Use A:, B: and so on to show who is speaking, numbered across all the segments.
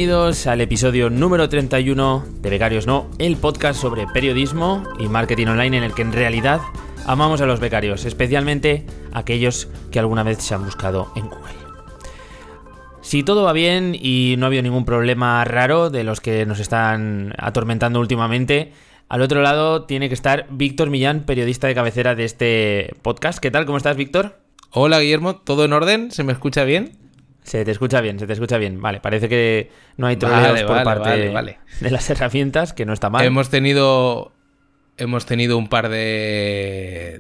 A: Bienvenidos al episodio número 31 de Becarios No, el podcast sobre periodismo y marketing online en el que en realidad amamos a los becarios, especialmente aquellos que alguna vez se han buscado en Google. Si todo va bien y no ha habido ningún problema raro de los que nos están atormentando últimamente, al otro lado tiene que estar Víctor Millán, periodista de cabecera de este podcast. ¿Qué tal? ¿Cómo estás, Víctor?
B: Hola, Guillermo. ¿Todo en orden? ¿Se me escucha bien?
A: Se te escucha bien, se te escucha bien. Vale, parece que no hay troleos por parte de las herramientas, que no está mal.
B: Hemos tenido un par de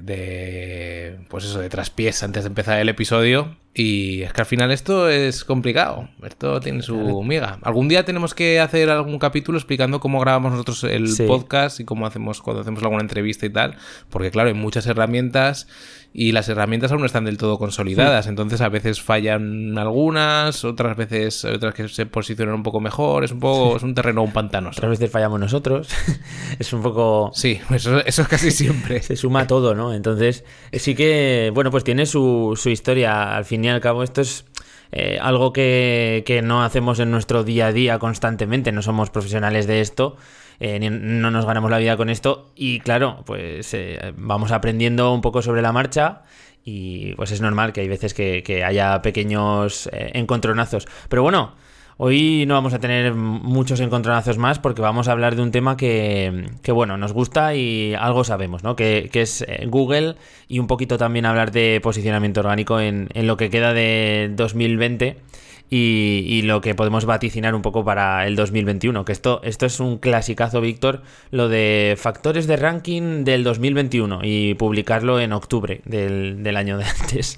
B: traspiés antes de empezar el episodio y es que al final esto es complicado, esto tiene su miga. Algún día tenemos que hacer algún capítulo explicando cómo grabamos nosotros el podcast y cómo hacemos cuando hacemos alguna entrevista y tal, porque claro, hay muchas herramientas y las herramientas aún no están del todo consolidadas, entonces a veces fallan algunas, otras veces otras que se posicionan un poco mejor, es un terreno un pantanoso.
A: Otras veces fallamos nosotros, es un poco...
B: Sí, eso es casi siempre.
A: Se suma todo, ¿no? Entonces sí que, bueno, pues tiene su historia. Al fin y al cabo esto es algo que no hacemos en nuestro día a día constantemente, no somos profesionales de esto. No nos ganamos la vida con esto y claro, pues vamos aprendiendo un poco sobre la marcha y pues es normal que hay veces que haya pequeños encontronazos. Pero bueno, hoy no vamos a tener muchos encontronazos más porque vamos a hablar de un tema que bueno, nos gusta y algo sabemos, ¿no? Que es Google y un poquito también hablar de posicionamiento orgánico en lo que queda de 2020 y lo que podemos vaticinar un poco para el 2021, que esto es un clasicazo, Víctor, lo de factores de ranking del 2021 y publicarlo en octubre del año de antes.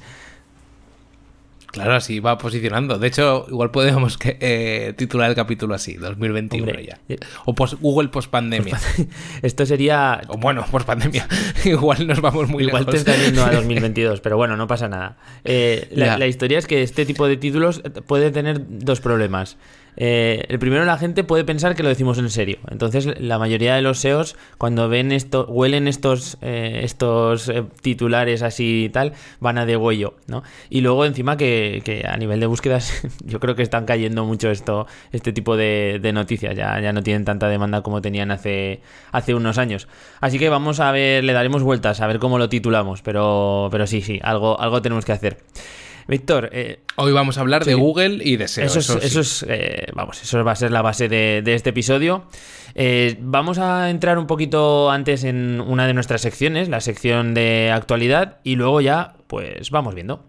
B: Claro, así va posicionando. De hecho, igual podemos titular el capítulo así, 2021. Hombre, ya. O Google post-pandemia.
A: Esto sería...
B: O bueno, post-pandemia. Igual nos vamos muy lejos.
A: Igual te está yendo a 2022, pero bueno, no pasa nada. La historia es que este tipo de títulos puede tener dos problemas. El primero, la gente puede pensar que lo decimos en serio. Entonces, la mayoría de los SEOs, cuando ven esto, huelen estos titulares así y tal, van a degüello, ¿no? Y luego, encima, que a nivel de búsquedas, yo creo que están cayendo mucho este tipo de noticias. Ya no tienen tanta demanda como tenían hace unos años. Así que vamos a ver, le daremos vueltas a ver cómo lo titulamos. Pero sí, algo tenemos que hacer. Víctor,
B: hoy vamos a hablar de Google y de SEO.
A: Eso va a ser la base de este episodio. Vamos a entrar un poquito antes en una de nuestras secciones, la sección de actualidad, y luego ya, pues vamos viendo.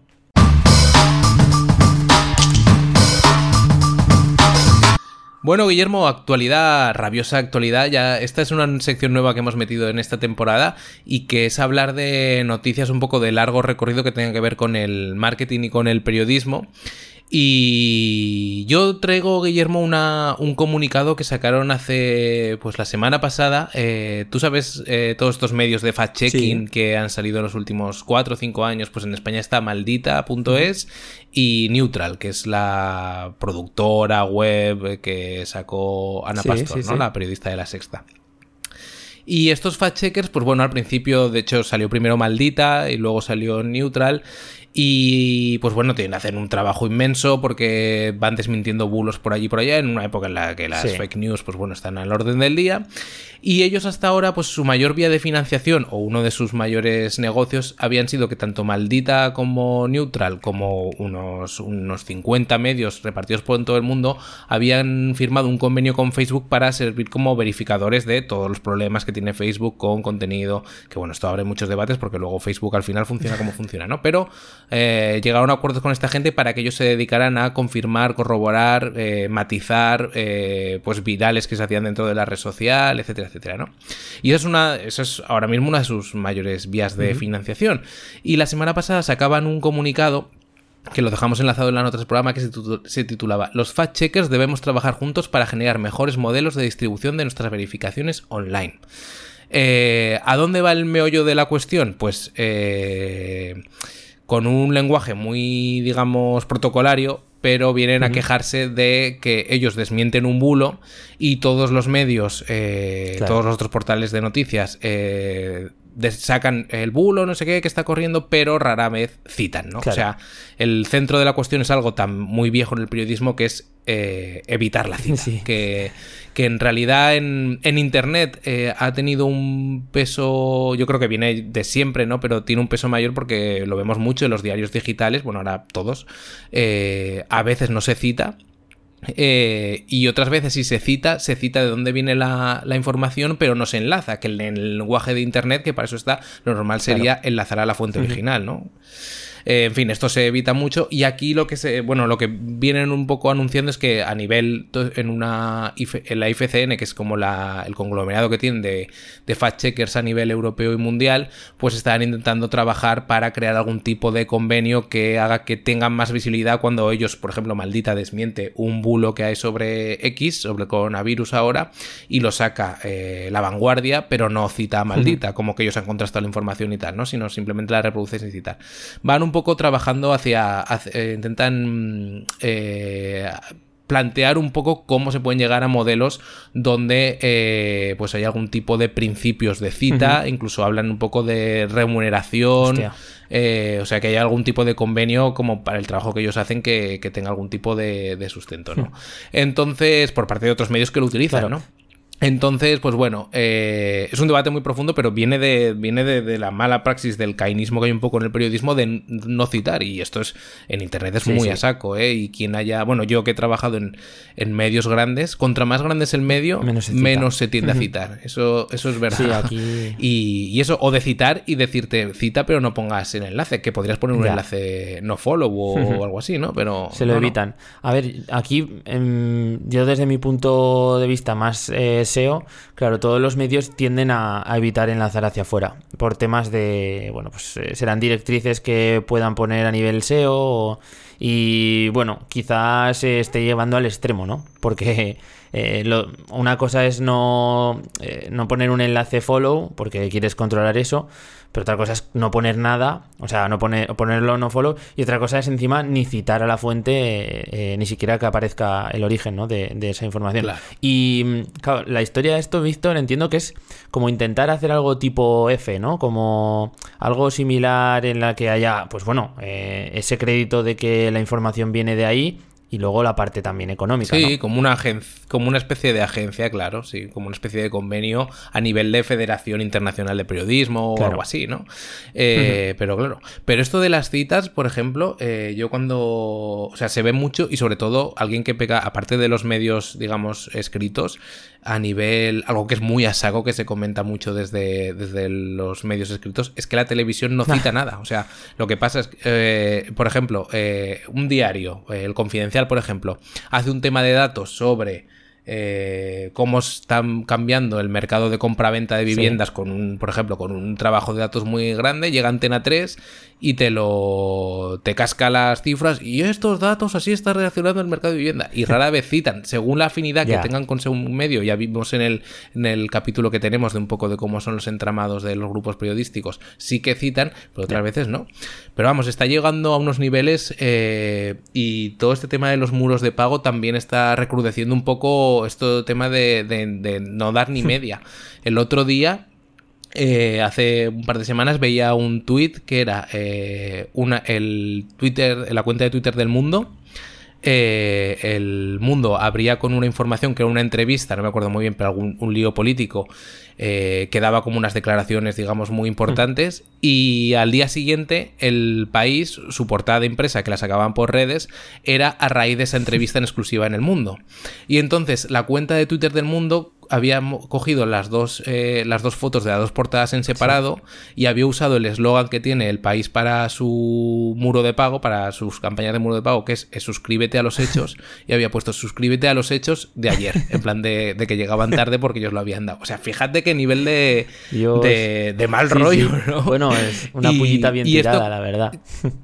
B: Bueno, Guillermo, actualidad, rabiosa actualidad. Ya esta es una sección nueva que hemos metido en esta temporada y que es hablar de noticias un poco de largo recorrido que tengan que ver con el marketing y con el periodismo. Y yo traigo, Guillermo, un comunicado que sacaron hace, pues la semana pasada. Tú sabes, todos estos medios de fact-checking que han salido en los últimos 4 o 5 años, pues en España está Maldita.es y Neutral, que es la productora web que sacó Ana Pastor, ¿no? La periodista de La Sexta. Y estos fact-checkers, pues bueno, al principio, de hecho, salió primero Maldita y luego salió Neutral. Y pues bueno, tienen que hacer un trabajo inmenso porque van desmintiendo bulos por allí y por allá en una época en la que las fake news, pues bueno, están al orden del día. Y ellos hasta ahora, pues su mayor vía de financiación o uno de sus mayores negocios habían sido que tanto Maldita como Neutral como unos 50 medios repartidos por todo el mundo habían firmado un convenio con Facebook para servir como verificadores de todos los problemas que tiene Facebook con contenido, que bueno, esto abre muchos debates porque luego Facebook al final funciona como funciona, ¿no? Pero llegaron a acuerdos con esta gente para que ellos se dedicaran a confirmar, corroborar, matizar pues virales que se hacían dentro de la red social, etcétera, etcétera, ¿no? Y eso es ahora mismo una de sus mayores vías de financiación. Y la semana pasada sacaban un comunicado que lo dejamos enlazado en las notas del programa, que se titulaba "Los fact-checkers debemos trabajar juntos para generar mejores modelos de distribución de nuestras verificaciones online". ¿A dónde va el meollo de la cuestión? Pues con un lenguaje muy, digamos, protocolario, pero vienen a quejarse de que ellos desmienten un bulo y todos los medios, todos los otros portales de noticias sacan el bulo, no sé qué, que está corriendo, pero rara vez citan, ¿no?
A: Claro.
B: O sea, el centro de la cuestión es algo tan muy viejo en el periodismo que es evitar la cita.
A: Sí.
B: Que en realidad en Internet ha tenido un peso, yo creo que viene de siempre, ¿no? Pero tiene un peso mayor porque lo vemos mucho en los diarios digitales, bueno, ahora todos, a veces no se cita. Y otras veces si se cita de dónde viene la información, pero no se enlaza, que en el lenguaje de Internet, que para eso está, lo normal sería enlazar a la fuente original, ¿no? En fin, esto se evita mucho y aquí lo que vienen un poco anunciando es que a nivel, en la IFCN, que es como el conglomerado que tienen de fact-checkers a nivel europeo y mundial, pues están intentando trabajar para crear algún tipo de convenio que haga que tengan más visibilidad cuando ellos, por ejemplo, Maldita desmiente un bulo que hay sobre X, sobre el coronavirus ahora, y lo saca La Vanguardia, pero no cita a Maldita, como que ellos han contrastado la información y tal, ¿no? Sino simplemente la reproduce sin citar. Van un poco trabajando intentan plantear un poco cómo se pueden llegar a modelos donde pues hay algún tipo de principios de cita, incluso hablan un poco de remuneración. O sea, que haya algún tipo de convenio como para el trabajo que ellos hacen que tenga algún tipo de sustento, ¿no? Entonces, por parte de otros medios que lo utilizan, claro, ¿no? Entonces, pues bueno, es un debate muy profundo, pero viene de la mala praxis del cainismo que hay un poco en el periodismo de no citar, y esto es en Internet es muy a saco, y quien haya, bueno, yo que he trabajado en medios grandes, contra más grande es el medio, menos se tiende a citar, eso es verdad. Sí, aquí... y eso, o de citar y decirte cita pero no pongas el enlace, que podrías poner un enlace no follow o algo así, ¿no? Pero
A: se lo evitan. A ver, aquí yo desde mi punto de vista más SEO, claro, todos los medios tienden a evitar enlazar hacia afuera por temas de, bueno, pues serán directrices que puedan poner a nivel SEO y bueno, quizás se esté llevando al extremo, ¿no? Porque una cosa es no poner un enlace follow porque quieres controlar eso, pero otra cosa es no poner nada, o sea, ponerlo no follow, y otra cosa es encima ni citar a la fuente, ni siquiera que aparezca el origen, ¿no? de esa información. Claro. Y claro, la historia de esto, Víctor, entiendo que es como intentar hacer algo tipo F, ¿no? Como algo similar en la que haya, pues bueno, ese crédito de que la información viene de ahí, y luego la parte también económica,
B: sí,
A: ¿no?
B: como una especie de agencia, claro, sí, como una especie de convenio a nivel de Federación Internacional de Periodismo, claro, o algo así, ¿no? Pero claro, pero esto de las citas, por ejemplo, yo o sea, se ve mucho, y sobre todo alguien que pega, aparte de los medios, digamos, escritos, a nivel, algo que es muy a saco, que se comenta mucho desde los medios escritos, es que la televisión no cita nada. O sea, lo que pasa es que, por ejemplo, un diario, El Confidencial, por ejemplo, hace un tema de datos sobre cómo están cambiando el mercado de compra-venta de viviendas, por ejemplo, con un trabajo de datos muy grande, llega Antena 3 y te casca las cifras, y estos datos así está reaccionando el mercado de vivienda, y rara vez citan, según la afinidad que tengan con un medio. Ya vimos en el capítulo que tenemos de un poco de cómo son los entramados de los grupos periodísticos, sí que citan, pero otras veces no. Pero vamos, está llegando a unos niveles, y todo este tema de los muros de pago también está recrudeciendo un poco este tema de no dar ni media. El otro día, hace un par de semanas, veía un tuit que era la cuenta de Twitter del Mundo. El Mundo abría con una información que era una entrevista, no me acuerdo muy bien, pero un lío político, que daba como unas declaraciones, digamos, muy importantes, y al día siguiente El País, su portada de impresa, que la sacaban por redes, era a raíz de esa entrevista en exclusiva en El Mundo. Y entonces la cuenta de Twitter del Mundo había cogido las dos fotos de las dos portadas en separado, y había usado el eslogan que tiene El País para su muro de pago, para sus campañas de muro de pago, que es suscríbete a los hechos, y había puesto suscríbete a los hechos de ayer, en plan de que llegaban tarde porque ellos lo habían dado. O sea, fíjate qué nivel de mal rollo, ¿no?
A: Bueno, es una pullita bien tirada, la verdad.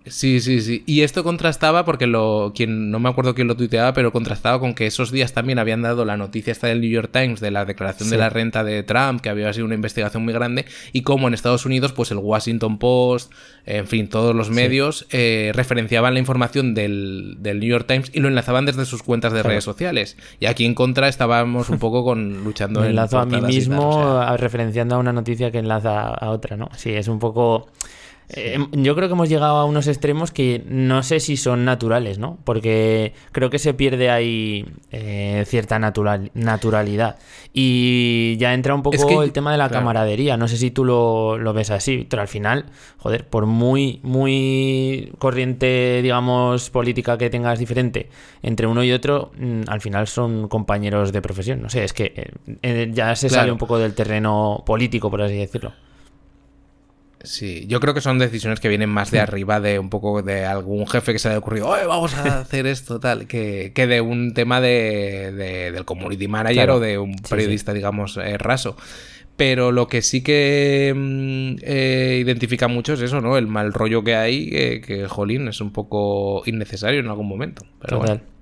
B: Sí, sí, sí. Y esto contrastaba porque no me acuerdo quién lo tuiteaba, pero contrastaba con que esos días también habían dado la noticia esta del New York Times de la declaración de la renta de Trump, que había sido una investigación muy grande, y como en Estados Unidos, pues el Washington Post, en fin, todos los medios referenciaban la información del New York Times y lo enlazaban desde sus cuentas de redes sociales. Y aquí en contra estábamos un poco luchando
A: Me
B: en
A: enlazo a mí mismo,
B: tal,
A: referenciando a una noticia que enlaza a otra, ¿no? Sí, es un poco... yo creo que hemos llegado a unos extremos que no sé si son naturales, ¿no? Porque creo que se pierde ahí cierta naturalidad. Y ya entra un poco el tema de la camaradería. No sé si tú lo ves así, pero al final, joder, por muy corriente, digamos, política que tengas diferente entre uno y otro, al final son compañeros de profesión. No sé, es que ya se sale un poco del terreno político, por así decirlo.
B: Sí, yo creo que son decisiones que vienen más de arriba, de un poco de algún jefe que se le ha ocurrido, oye, vamos a hacer esto, tal, que de un tema del community manager o de un periodista, digamos, raso. Pero lo que sí que identifica mucho es eso, ¿no? El mal rollo que hay, que jolín, es un poco innecesario en algún momento. Pero
A: total.
B: Bueno.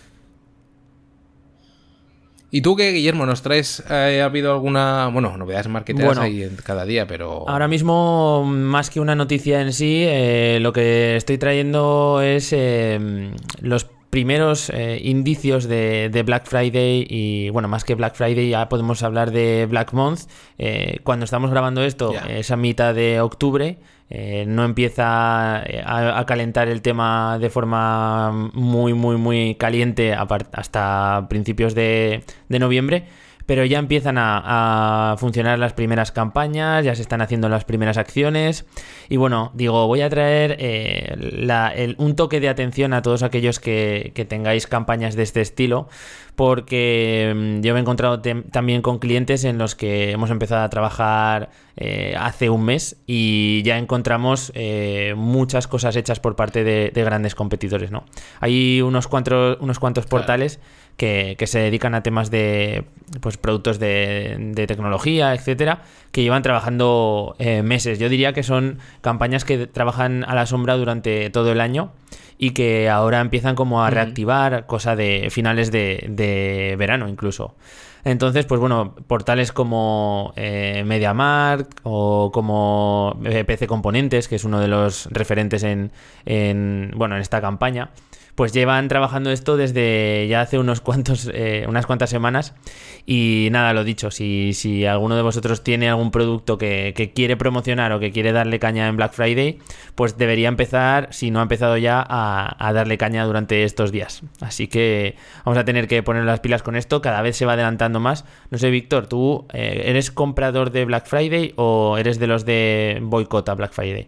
B: ¿Y tú qué, Guillermo, nos traes? ¿Ha habido alguna, novedades marketeras ahí cada día, pero...?
A: Ahora mismo, más que una noticia en sí, lo que estoy trayendo es los primeros indicios de Black Friday y, bueno, más que Black Friday ya podemos hablar de Black Month. Cuando estamos grabando esto, es a mitad de octubre. No empieza a calentar el tema de forma muy, muy, muy caliente hasta principios de noviembre, pero ya empiezan a funcionar las primeras campañas, ya se están haciendo las primeras acciones y bueno, digo, voy a traer un toque de atención a todos aquellos que tengáis campañas de este estilo, porque yo me he encontrado también con clientes en los que hemos empezado a trabajar hace un mes y ya encontramos muchas cosas hechas por parte de grandes competidores, ¿no? Hay unos cuantos portales que se dedican a temas de pues productos de tecnología, etcétera, que llevan trabajando meses. Yo diría que son campañas que trabajan a la sombra durante todo el año y que ahora empiezan como a reactivar, cosa de finales de verano incluso. Entonces, pues bueno, portales como MediaMarkt o como PC Componentes, que es uno de los referentes en esta campaña, pues llevan trabajando esto desde ya hace unas cuantas semanas. Y nada, lo dicho, si alguno de vosotros tiene algún producto que quiere promocionar o que quiere darle caña en Black Friday, pues debería empezar, si no ha empezado ya, a darle caña durante estos días. Así que vamos a tener que poner las pilas con esto, cada vez se va adelantando más. No sé, Víctor, ¿tú eres comprador de Black Friday o eres de los de boicota Black Friday?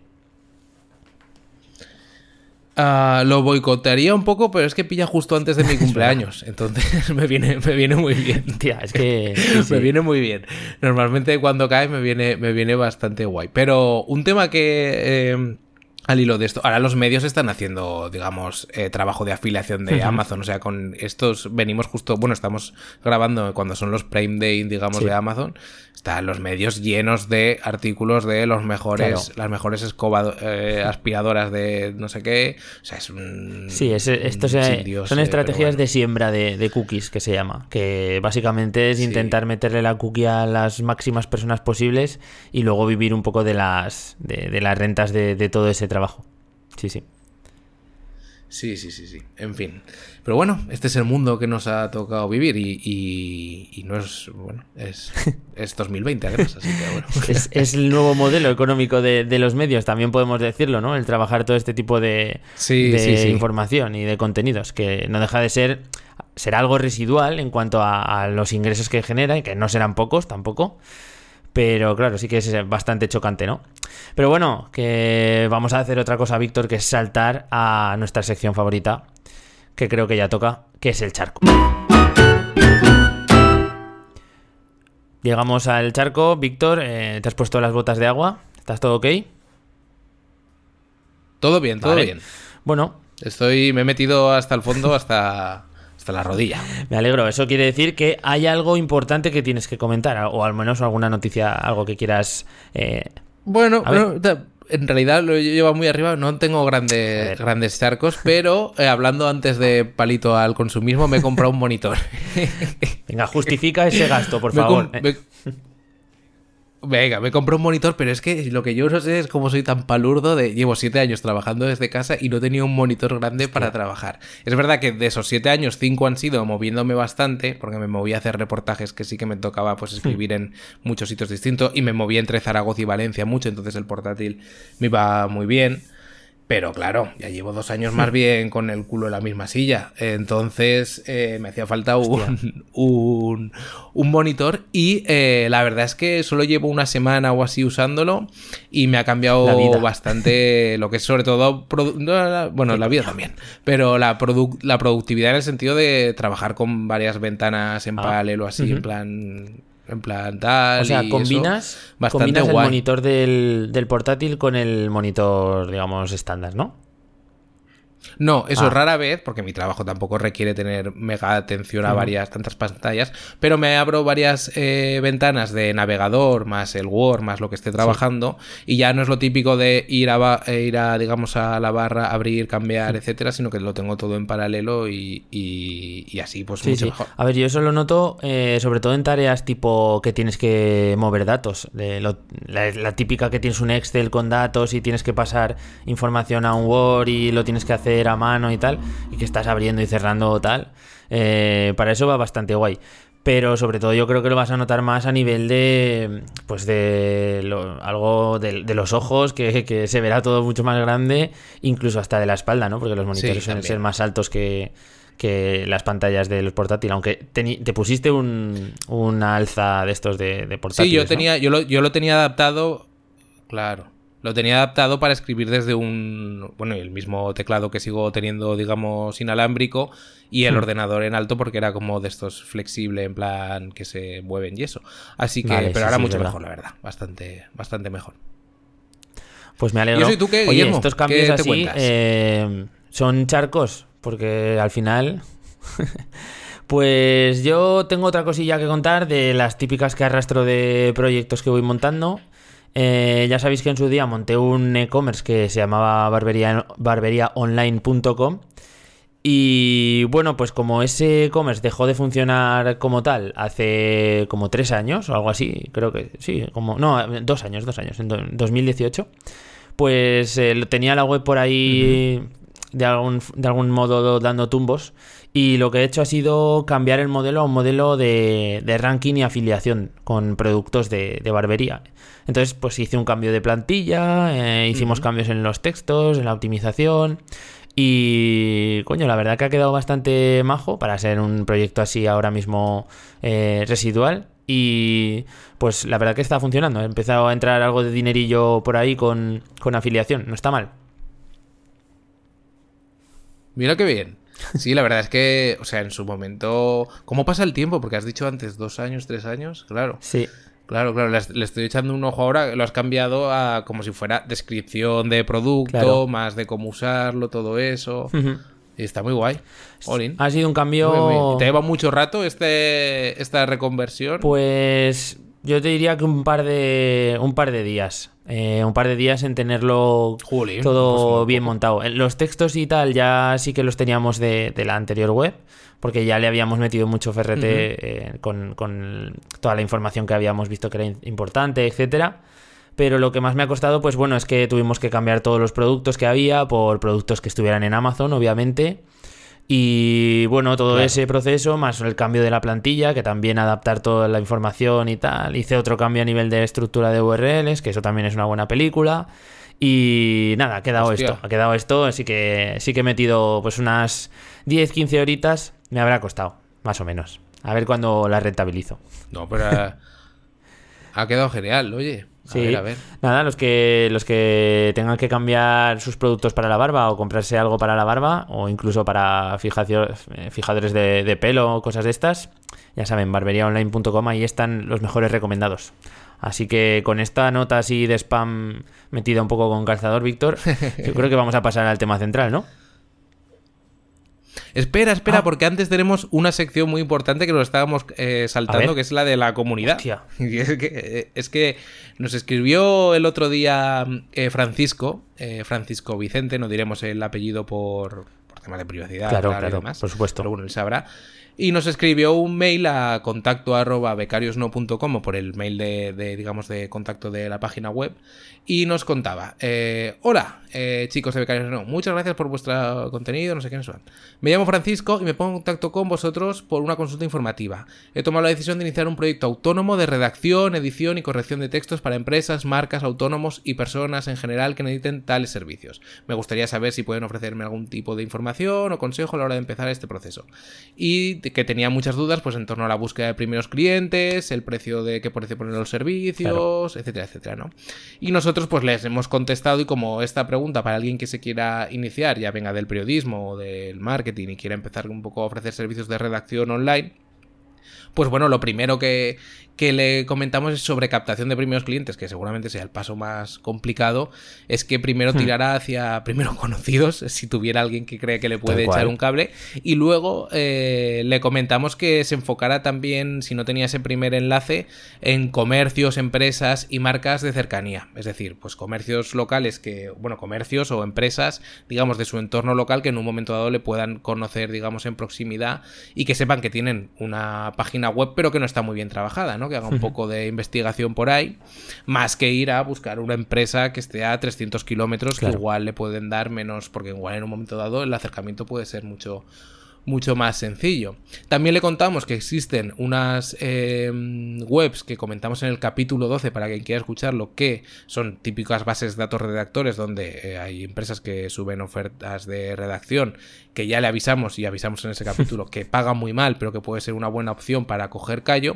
B: Lo boicotearía un poco, pero es que pilla justo antes de mi cumpleaños. Entonces me viene muy bien.
A: Tía, es que...
B: Me viene muy bien. Normalmente cuando cae me viene bastante guay. Pero un tema que... al hilo de esto, ahora los medios están haciendo, digamos, trabajo de afiliación de Amazon. O sea, con estos venimos justo... Bueno, estamos grabando cuando son los Prime Day, digamos, de Amazon. Están los medios llenos de artículos de las mejores aspiradoras de no sé qué. O sea, es un...
A: Sí, son estrategias de siembra de cookies, que se llama. Que básicamente es intentar meterle la cookie a las máximas personas posibles y luego vivir un poco de las rentas de todo ese trabajo. Sí.
B: Sí. En fin. Pero bueno, este es el mundo que nos ha tocado vivir y no es... Bueno, es 2020 además, así que bueno.
A: Es el nuevo modelo económico de los medios, también podemos decirlo, ¿no? El trabajar todo este tipo de información y de contenidos, que no deja de será algo residual en cuanto a los ingresos que genera, y que no serán pocos tampoco. Pero claro, sí que es bastante chocante, ¿no? Pero bueno, que vamos a hacer otra cosa, Víctor, que es saltar a nuestra sección favorita, que creo que ya toca, que es el charco. Llegamos al charco. Víctor, ¿te has puesto las botas de agua? ¿Estás todo ok?
B: Todo bien.
A: Bueno.
B: Me he metido hasta el fondo, hasta la rodilla.
A: Me alegro. Eso quiere decir que hay algo importante que tienes que comentar, o al menos alguna noticia, algo que quieras...
B: en realidad lo llevo muy arriba, no tengo grandes charcos, pero hablando antes de palito al consumismo, me he comprado un monitor.
A: Venga, justifica ese gasto, por favor.
B: Venga, me compré un monitor, pero es que lo que yo no sé es cómo soy tan palurdo llevo 7 años trabajando desde casa y no tenía un monitor grande para trabajar. Es verdad que de esos 7 años, 5 han sido moviéndome bastante, porque me moví a hacer reportajes que sí que me tocaba pues escribir en muchos sitios distintos y me moví entre Zaragoza y Valencia mucho, entonces el portátil me iba muy bien. Pero claro, ya llevo 2 años más bien con el culo en la misma silla. Entonces me hacía falta un monitor y la verdad es que solo llevo una semana o así usándolo y me ha cambiado bastante lo que es sobre todo... la vida también. Pero la productividad en el sentido de trabajar con varias ventanas en paralelo así, en plan tal.
A: O sea,
B: y
A: combinas el monitor del portátil con el monitor, digamos, estándar, ¿no?
B: No, eso es rara vez, porque mi trabajo tampoco requiere tener mega atención a tantas pantallas, pero me abro varias ventanas de navegador, más el Word, más lo que esté trabajando, y ya no es lo típico de ir a digamos, a la barra, abrir, cambiar, etcétera, sino que lo tengo todo en paralelo y así, pues mucho mejor.
A: A ver, yo eso lo noto sobre todo en tareas tipo que tienes que mover datos, la típica que tienes un Excel con datos y tienes que pasar información a un Word y lo tienes que hacer a mano y tal, y que estás abriendo y cerrando tal, para eso va bastante guay. Pero sobre todo yo creo que lo vas a notar más a nivel de pues algo de los ojos, que se verá todo mucho más grande, incluso hasta de la espalda, ¿no? Porque los monitores suelen ser más altos que las pantallas de los portátiles, aunque te pusiste una alza de estos de portátiles.
B: Sí, yo lo tenía adaptado, claro. Lo tenía adaptado para escribir desde el mismo teclado que sigo teniendo, digamos, inalámbrico, y el ordenador en alto, porque era como de estos flexible, en plan que se mueven y eso. Así que,
A: vale,
B: pero ahora mucho
A: verdad.
B: Mejor, la verdad. Bastante, bastante mejor.
A: Pues me alegro.
B: ¿Y tú qué,
A: Oye,
B: Guillermo?
A: estos cambios
B: ¿Qué te
A: así
B: cuentas?
A: son charcos, porque al final... Pues yo tengo otra cosilla que contar de las típicas que arrastro de proyectos que voy montando. Ya sabéis que en su día monté un e-commerce que se llamaba barberiaonline.com, y bueno, pues como ese e-commerce dejó de funcionar como tal hace como 3 años o algo así, creo que sí, 2 años, en 2018, pues tenía la web por ahí de algún modo dando tumbos, y lo que he hecho ha sido cambiar el modelo a un modelo de ranking y afiliación con productos de barbería. Entonces, pues hice un cambio de plantilla, hicimos cambios en los textos, en la optimización, y coño, la verdad que ha quedado bastante majo para ser un proyecto así ahora mismo residual, y pues la verdad que está funcionando. He empezado a entrar algo de dinerillo por ahí con afiliación, no está mal.
B: Mira qué bien. Sí, la verdad es que, o sea, en su momento... ¿Cómo pasa el tiempo? Porque has dicho antes 2 años, 3 años, claro.
A: Sí.
B: Claro, le estoy echando un ojo ahora, lo has cambiado a como si fuera descripción de producto,
A: Claro.
B: más de cómo usarlo, todo eso. Y está muy guay. Olin.
A: Ha sido un cambio...
B: Muy bien. ¿Te lleva mucho rato esta reconversión?
A: Pues yo te diría que un par de días. Un par de días en tenerlo todo
B: pues
A: bien montado. Los textos y tal ya sí que los teníamos de la anterior web, porque ya le habíamos metido mucho ferrete con toda la información que habíamos visto que era importante, etcétera. Pero lo que más me ha costado, pues bueno, es que tuvimos que cambiar todos los productos que había por productos que estuvieran en Amazon, obviamente. Y bueno, todo ese proceso, más el cambio de la plantilla, que también adaptar toda la información y tal. Hice otro cambio a nivel de estructura de URLs, que eso también es una buena película. Y nada, ha quedado esto. Así que sí que he metido pues unas 10-15 horitas, me habrá costado, más o menos. A ver cuándo la rentabilizo.
B: No, pero ha quedado genial, oye. A ver.
A: Nada, los que tengan que cambiar sus productos para la barba o comprarse algo para la barba, o incluso para fijadores de pelo o cosas de estas, ya saben, barberiaonline.com, ahí están los mejores recomendados. Así que con esta nota así de spam metida un poco con calzador, Víctor, yo creo que vamos a pasar al tema central, ¿no?
B: Espera, porque antes tenemos una sección muy importante que nos estábamos saltando, que es la de la comunidad.
A: Hostia.
B: Y es que nos escribió el otro día Francisco Vicente, no diremos el apellido por temas de privacidad.
A: Claro,
B: y demás,
A: por supuesto.
B: pero bueno, él sabrá. Y nos escribió un mail a contacto@becariosno.com, o por el mail de contacto de la página web, y nos contaba: hola, chicos de Becarios No, muchas gracias por vuestro contenido, no sé qué, no sé. Me llamo Francisco y me pongo en contacto con vosotros por una consulta informativa. He tomado la decisión de iniciar un proyecto autónomo de redacción, edición y corrección de textos para empresas, marcas, autónomos y personas en general que necesiten tales servicios. Me gustaría saber si pueden ofrecerme algún tipo de información o consejo a la hora de empezar este proceso. Y que tenía muchas dudas pues en torno a la búsqueda de primeros clientes, el precio de qué precio poner los servicios, etcétera, etcétera, ¿no? Y nosotros pues les hemos contestado, y como esta pregunta para alguien que se quiera iniciar, ya venga del periodismo o del marketing y quiera empezar un poco a ofrecer servicios de redacción online, pues bueno, lo primero que le comentamos es sobre captación de primeros clientes, que seguramente sea el paso más complicado. Es que primero tirará hacia primero conocidos, si tuviera alguien que cree que le puede echar un cable, y luego le comentamos que se enfocara también, si no tenía ese primer enlace, en comercios, empresas y marcas de cercanía. Es decir, pues comercios locales comercios o empresas, digamos, de su entorno local, que en un momento dado le puedan conocer, digamos, en proximidad, y que sepan que tienen una página web pero que no está muy bien trabajada, ¿no? Que haga un poco de investigación por ahí, más que ir a buscar una empresa que esté a 300 kilómetros, claro, que igual le pueden dar menos, porque igual en un momento dado el acercamiento puede ser mucho más sencillo. También le contamos que existen unas webs que comentamos en el capítulo 12 para quien quiera escucharlo, que son típicas bases de datos redactores donde hay empresas que suben ofertas de redacción, que ya le avisamos y avisamos en ese capítulo que pagan muy mal, pero que puede ser una buena opción para coger callo.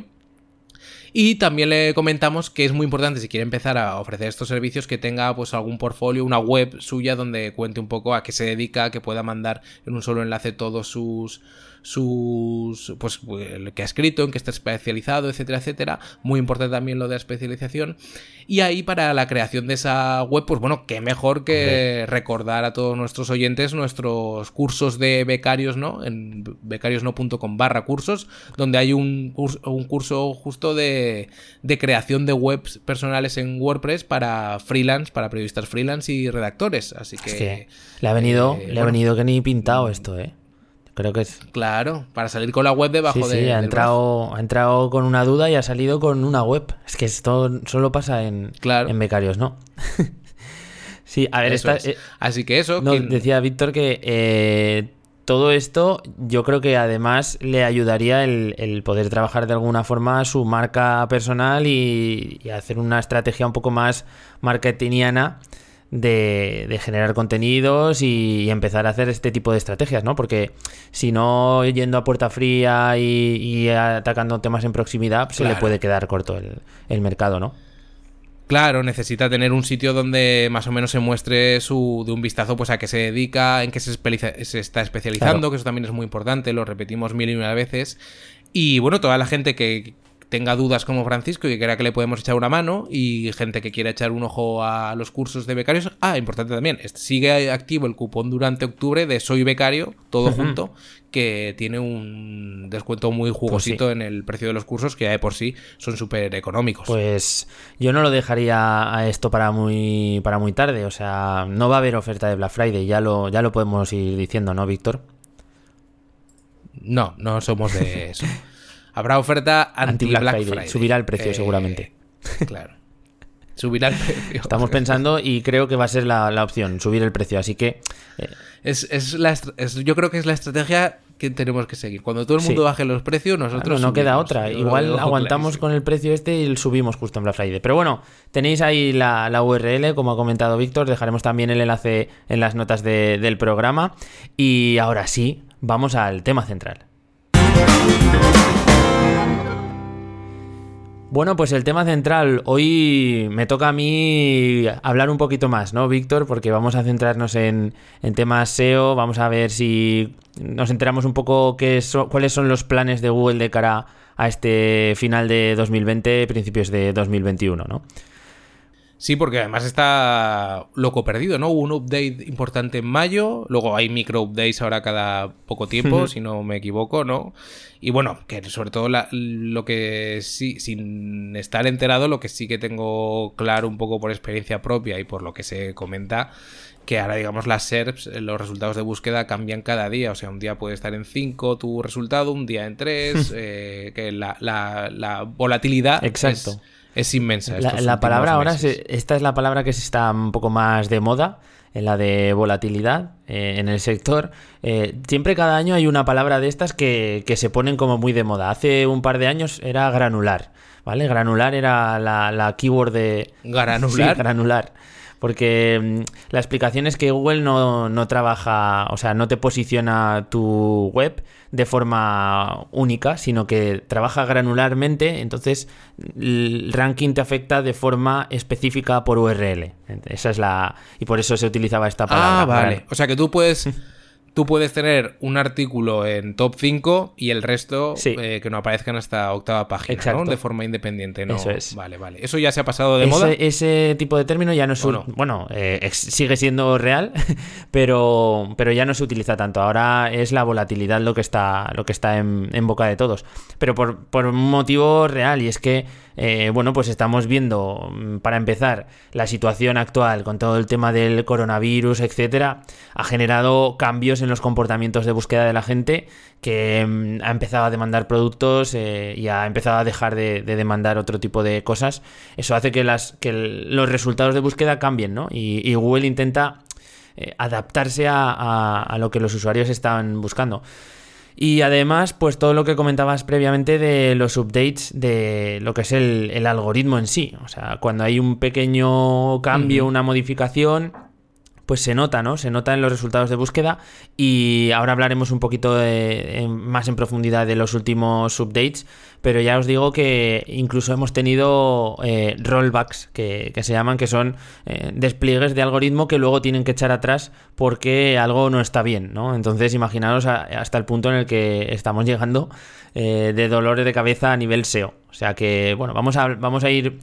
B: Y también le comentamos que es muy importante, si quiere empezar a ofrecer estos servicios, que tenga pues algún portfolio, una web suya donde cuente un poco a qué se dedica, que pueda mandar en un solo enlace todos sus pues el que ha escrito, en qué está especializado, etcétera, etcétera. Muy importante también lo de la especialización. Y ahí, para la creación de esa web, pues bueno, qué mejor que recordar a todos nuestros oyentes nuestros cursos de becarios, ¿no? En becariosno.com/cursos, donde hay un curso justo de creación de webs personales en WordPress para freelance, para periodistas freelance y redactores. Así que...
A: Es que le ha venido que ni pintado esto, ¿eh? Creo que es...
B: Claro, para salir con la web debajo de...
A: Sí, ha entrado con una duda y ha salido con una web. Es que esto solo pasa en becarios, ¿no? Sí, a ver,
B: así que eso...
A: No, decía Víctor que todo esto yo creo que además le ayudaría el poder trabajar de alguna forma su marca personal y hacer una estrategia un poco más marketingiana de generar contenidos y empezar a hacer este tipo de estrategias, ¿no? Porque si no, yendo a puerta fría y atacando temas en proximidad, se le puede quedar corto el mercado, ¿no?
B: Claro, necesita tener un sitio donde más o menos se muestre de un vistazo pues a qué se dedica, en qué se está especializando, claro, que eso también es muy importante, lo repetimos mil y una veces. Y bueno, toda la gente que tenga dudas como Francisco y que crea que le podemos echar una mano, y gente que quiera echar un ojo a los cursos de becarios. Importante también, sigue activo el cupón durante octubre de Soy Becario, todo junto, que tiene un descuento muy jugosito, pues sí, en el precio de los cursos, que ya de por sí son súper económicos.
A: Pues yo no lo dejaría a esto para muy tarde, o sea, no va a haber oferta de Black Friday, ya lo podemos ir diciendo, ¿no, Víctor?
B: No somos de eso. Habrá oferta anti-Black Friday.
A: Subirá el precio seguramente.
B: Claro. Subirá el precio.
A: Estamos pensando y creo que va a ser la opción, subir el precio. Así que...
B: yo creo que es la estrategia que tenemos que seguir. Cuando todo el mundo baje los precios, nosotros
A: no queda otra. Igual aguantamos con el precio y subimos justo en Black Friday. Pero bueno, tenéis ahí la URL, como ha comentado Víctor. Dejaremos también el enlace en las notas del programa. Y ahora sí, vamos al tema central. Bueno, pues el tema central, hoy me toca a mí hablar un poquito más, ¿no, Víctor? Porque vamos a centrarnos en temas SEO, vamos a ver si nos enteramos un poco cuáles son los planes de Google de cara a este final de 2020, principios de 2021, ¿no?
B: Sí, porque además está loco perdido, ¿no? Hubo un update importante en mayo, luego hay micro updates ahora cada poco tiempo, si no me equivoco, ¿no? Y bueno, que sobre todo lo que sí, sin estar enterado, lo que sí que tengo claro un poco por experiencia propia y por lo que se comenta, que ahora, digamos, las SERPs, los resultados de búsqueda cambian cada día. O sea, un día puede estar en 5 tu resultado, un día en 3, que la volatilidad es inmensa.
A: La palabra ahora, esta es la palabra que se está un poco más de moda, en la de volatilidad en el sector. Siempre cada año hay una palabra de estas que se ponen como muy de moda. Hace un par de años era granular, ¿vale? Granular era la keyword de...
B: ¿Granular?
A: Sí, granular. Porque la explicación es que Google no trabaja, o sea, no te posiciona tu web de forma única, sino que trabaja granularmente, entonces el ranking te afecta de forma específica por URL. Esa es y por eso se utilizaba esta palabra.
B: Ah, vale. O sea que tú puedes tener un artículo en top 5 y el resto que no aparezcan hasta octava página, ¿no? De forma independiente, ¿no?
A: Eso es.
B: Vale. Eso ya se ha pasado de moda.
A: Ese tipo de término ya no es... Bueno, sigue siendo real, pero ya no se utiliza tanto. Ahora es la volatilidad lo que está en boca de todos. Pero por un motivo real, y es que pues estamos viendo, para empezar, la situación actual con todo el tema del coronavirus, etcétera, ha generado cambios en los comportamientos de búsqueda de la gente, que ha empezado a demandar productos y ha empezado a dejar de demandar otro tipo de cosas. Eso hace que los resultados de búsqueda cambien, ¿no? Y Google intenta adaptarse a lo que los usuarios están buscando. Y además, pues todo lo que comentabas previamente de los updates de lo que es el algoritmo en sí. O sea, cuando hay un pequeño cambio, una modificación, pues se nota, ¿no? Se nota en los resultados de búsqueda. Y ahora hablaremos un poquito más en profundidad de los últimos updates. Pero ya os digo que incluso hemos tenido rollbacks, que se llaman, que son despliegues de algoritmo que luego tienen que echar atrás porque algo no está bien, ¿no? Entonces imaginaros hasta el punto en el que estamos llegando de dolores de cabeza a nivel SEO. O sea que, bueno, vamos a ir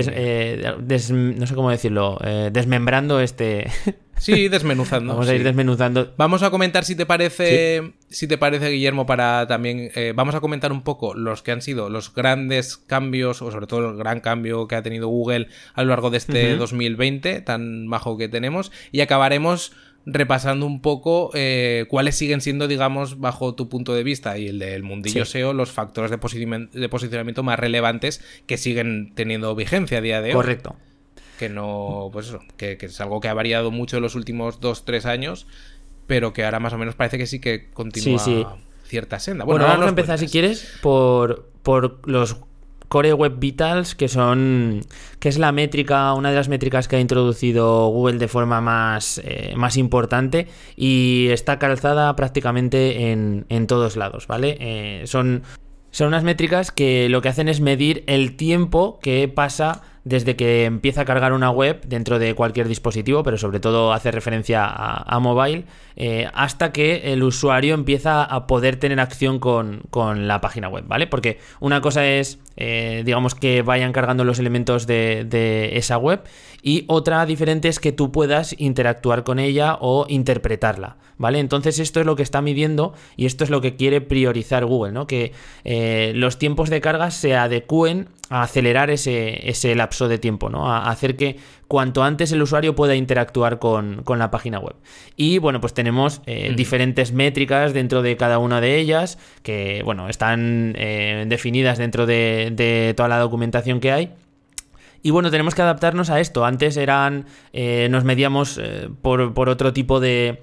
A: no sé cómo decirlo, desmembrando
B: Sí, desmenuzando.
A: Vamos a ir desmenuzando.
B: Vamos a comentar, si te parece, Guillermo, para también... vamos a comentar un poco los que han sido los grandes cambios, o sobre todo el gran cambio que ha tenido Google a lo largo de este 2020, tan majo que tenemos, y acabaremos repasando un poco cuáles siguen siendo, digamos, bajo tu punto de vista y el del mundillo SEO, los factores de posicionamiento más relevantes que siguen teniendo vigencia a día de hoy.
A: Correcto.
B: Que no, pues eso, que es algo que ha variado mucho en los últimos 2-3 años, pero que ahora más o menos parece que sí que continúa cierta senda.
A: Bueno, vamos a empezar, si quieres, por los Core Web Vitals, que es la métrica, una de las métricas que ha introducido Google de forma más importante y está calzada prácticamente en todos lados, ¿vale? Son unas métricas que lo que hacen es medir el tiempo que pasa desde que empieza a cargar una web dentro de cualquier dispositivo, pero sobre todo hace referencia a mobile, hasta que el usuario empieza a poder tener acción con la página web, ¿vale? Porque una cosa es, digamos, que vayan cargando los elementos de esa web, y otra diferente es que tú puedas interactuar con ella o interpretarla, ¿vale? Entonces esto es lo que está midiendo y esto es lo que quiere priorizar Google, ¿no? Que los tiempos de carga se adecúen a acelerar ese lapso de tiempo, ¿no? A hacer que cuanto antes el usuario pueda interactuar con la página web. Y bueno, pues tenemos diferentes métricas dentro de cada una de ellas que, bueno, están definidas dentro de toda la documentación que hay. Y bueno, tenemos que adaptarnos a esto. Antes nos medíamos por otro tipo de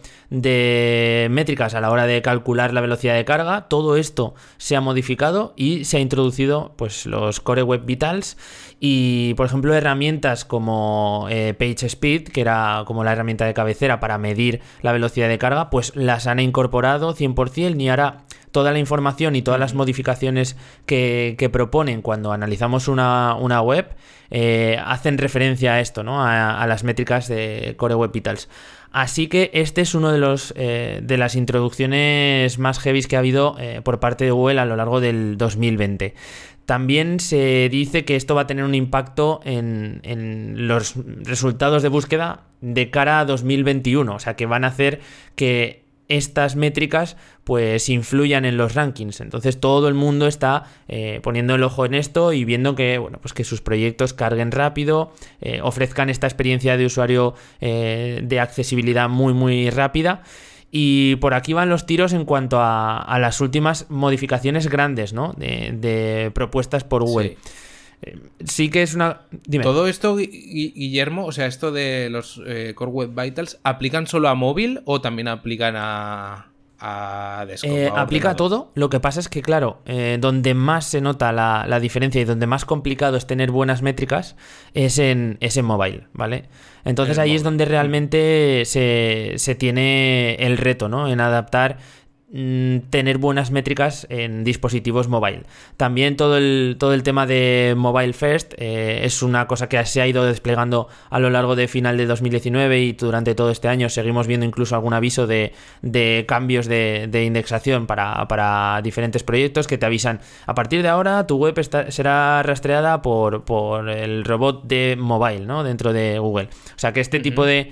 A: métricas a la hora de calcular la velocidad de carga. Todo esto se ha modificado y se ha introducido, pues, los Core Web Vitals y, por ejemplo, herramientas como PageSpeed, que era como la herramienta de cabecera para medir la velocidad de carga, pues las han incorporado 100%, y ahora toda la información y todas las modificaciones que proponen cuando analizamos una web hacen referencia a esto, ¿no? A las métricas de Core Web Vitals. Así que este es uno de las introducciones más heavies que ha habido por parte de Google a lo largo del 2020. También se dice que esto va a tener un impacto en los resultados de búsqueda de cara a 2021, o sea que van a hacer que estas métricas pues influyan en los rankings. Entonces todo el mundo está poniendo el ojo en esto y viendo que, bueno, pues que sus proyectos carguen rápido, ofrezcan esta experiencia de usuario de accesibilidad muy muy rápida. Y por aquí van los tiros en cuanto a las últimas modificaciones grandes, ¿no? De propuestas por Google. Sí que es una... Dime.
B: Todo esto, Guillermo, o sea, esto de los Core Web Vitals, ¿aplican solo a móvil o también aplican a desktop?
A: Aplica a todo. Lo que pasa es que, claro, donde más se nota la diferencia y donde más complicado es tener buenas métricas es en mobile, ¿vale? Entonces ahí es donde realmente se tiene el reto, ¿no? En adaptar, tener buenas métricas en dispositivos mobile. También todo el tema de mobile first es una cosa que se ha ido desplegando a lo largo de final de 2019 y durante todo este año seguimos viendo incluso algún aviso de cambios de indexación para diferentes proyectos que te avisan: a partir de ahora tu web será rastreada por el robot de mobile, ¿no? Dentro de Google. O sea que este tipo de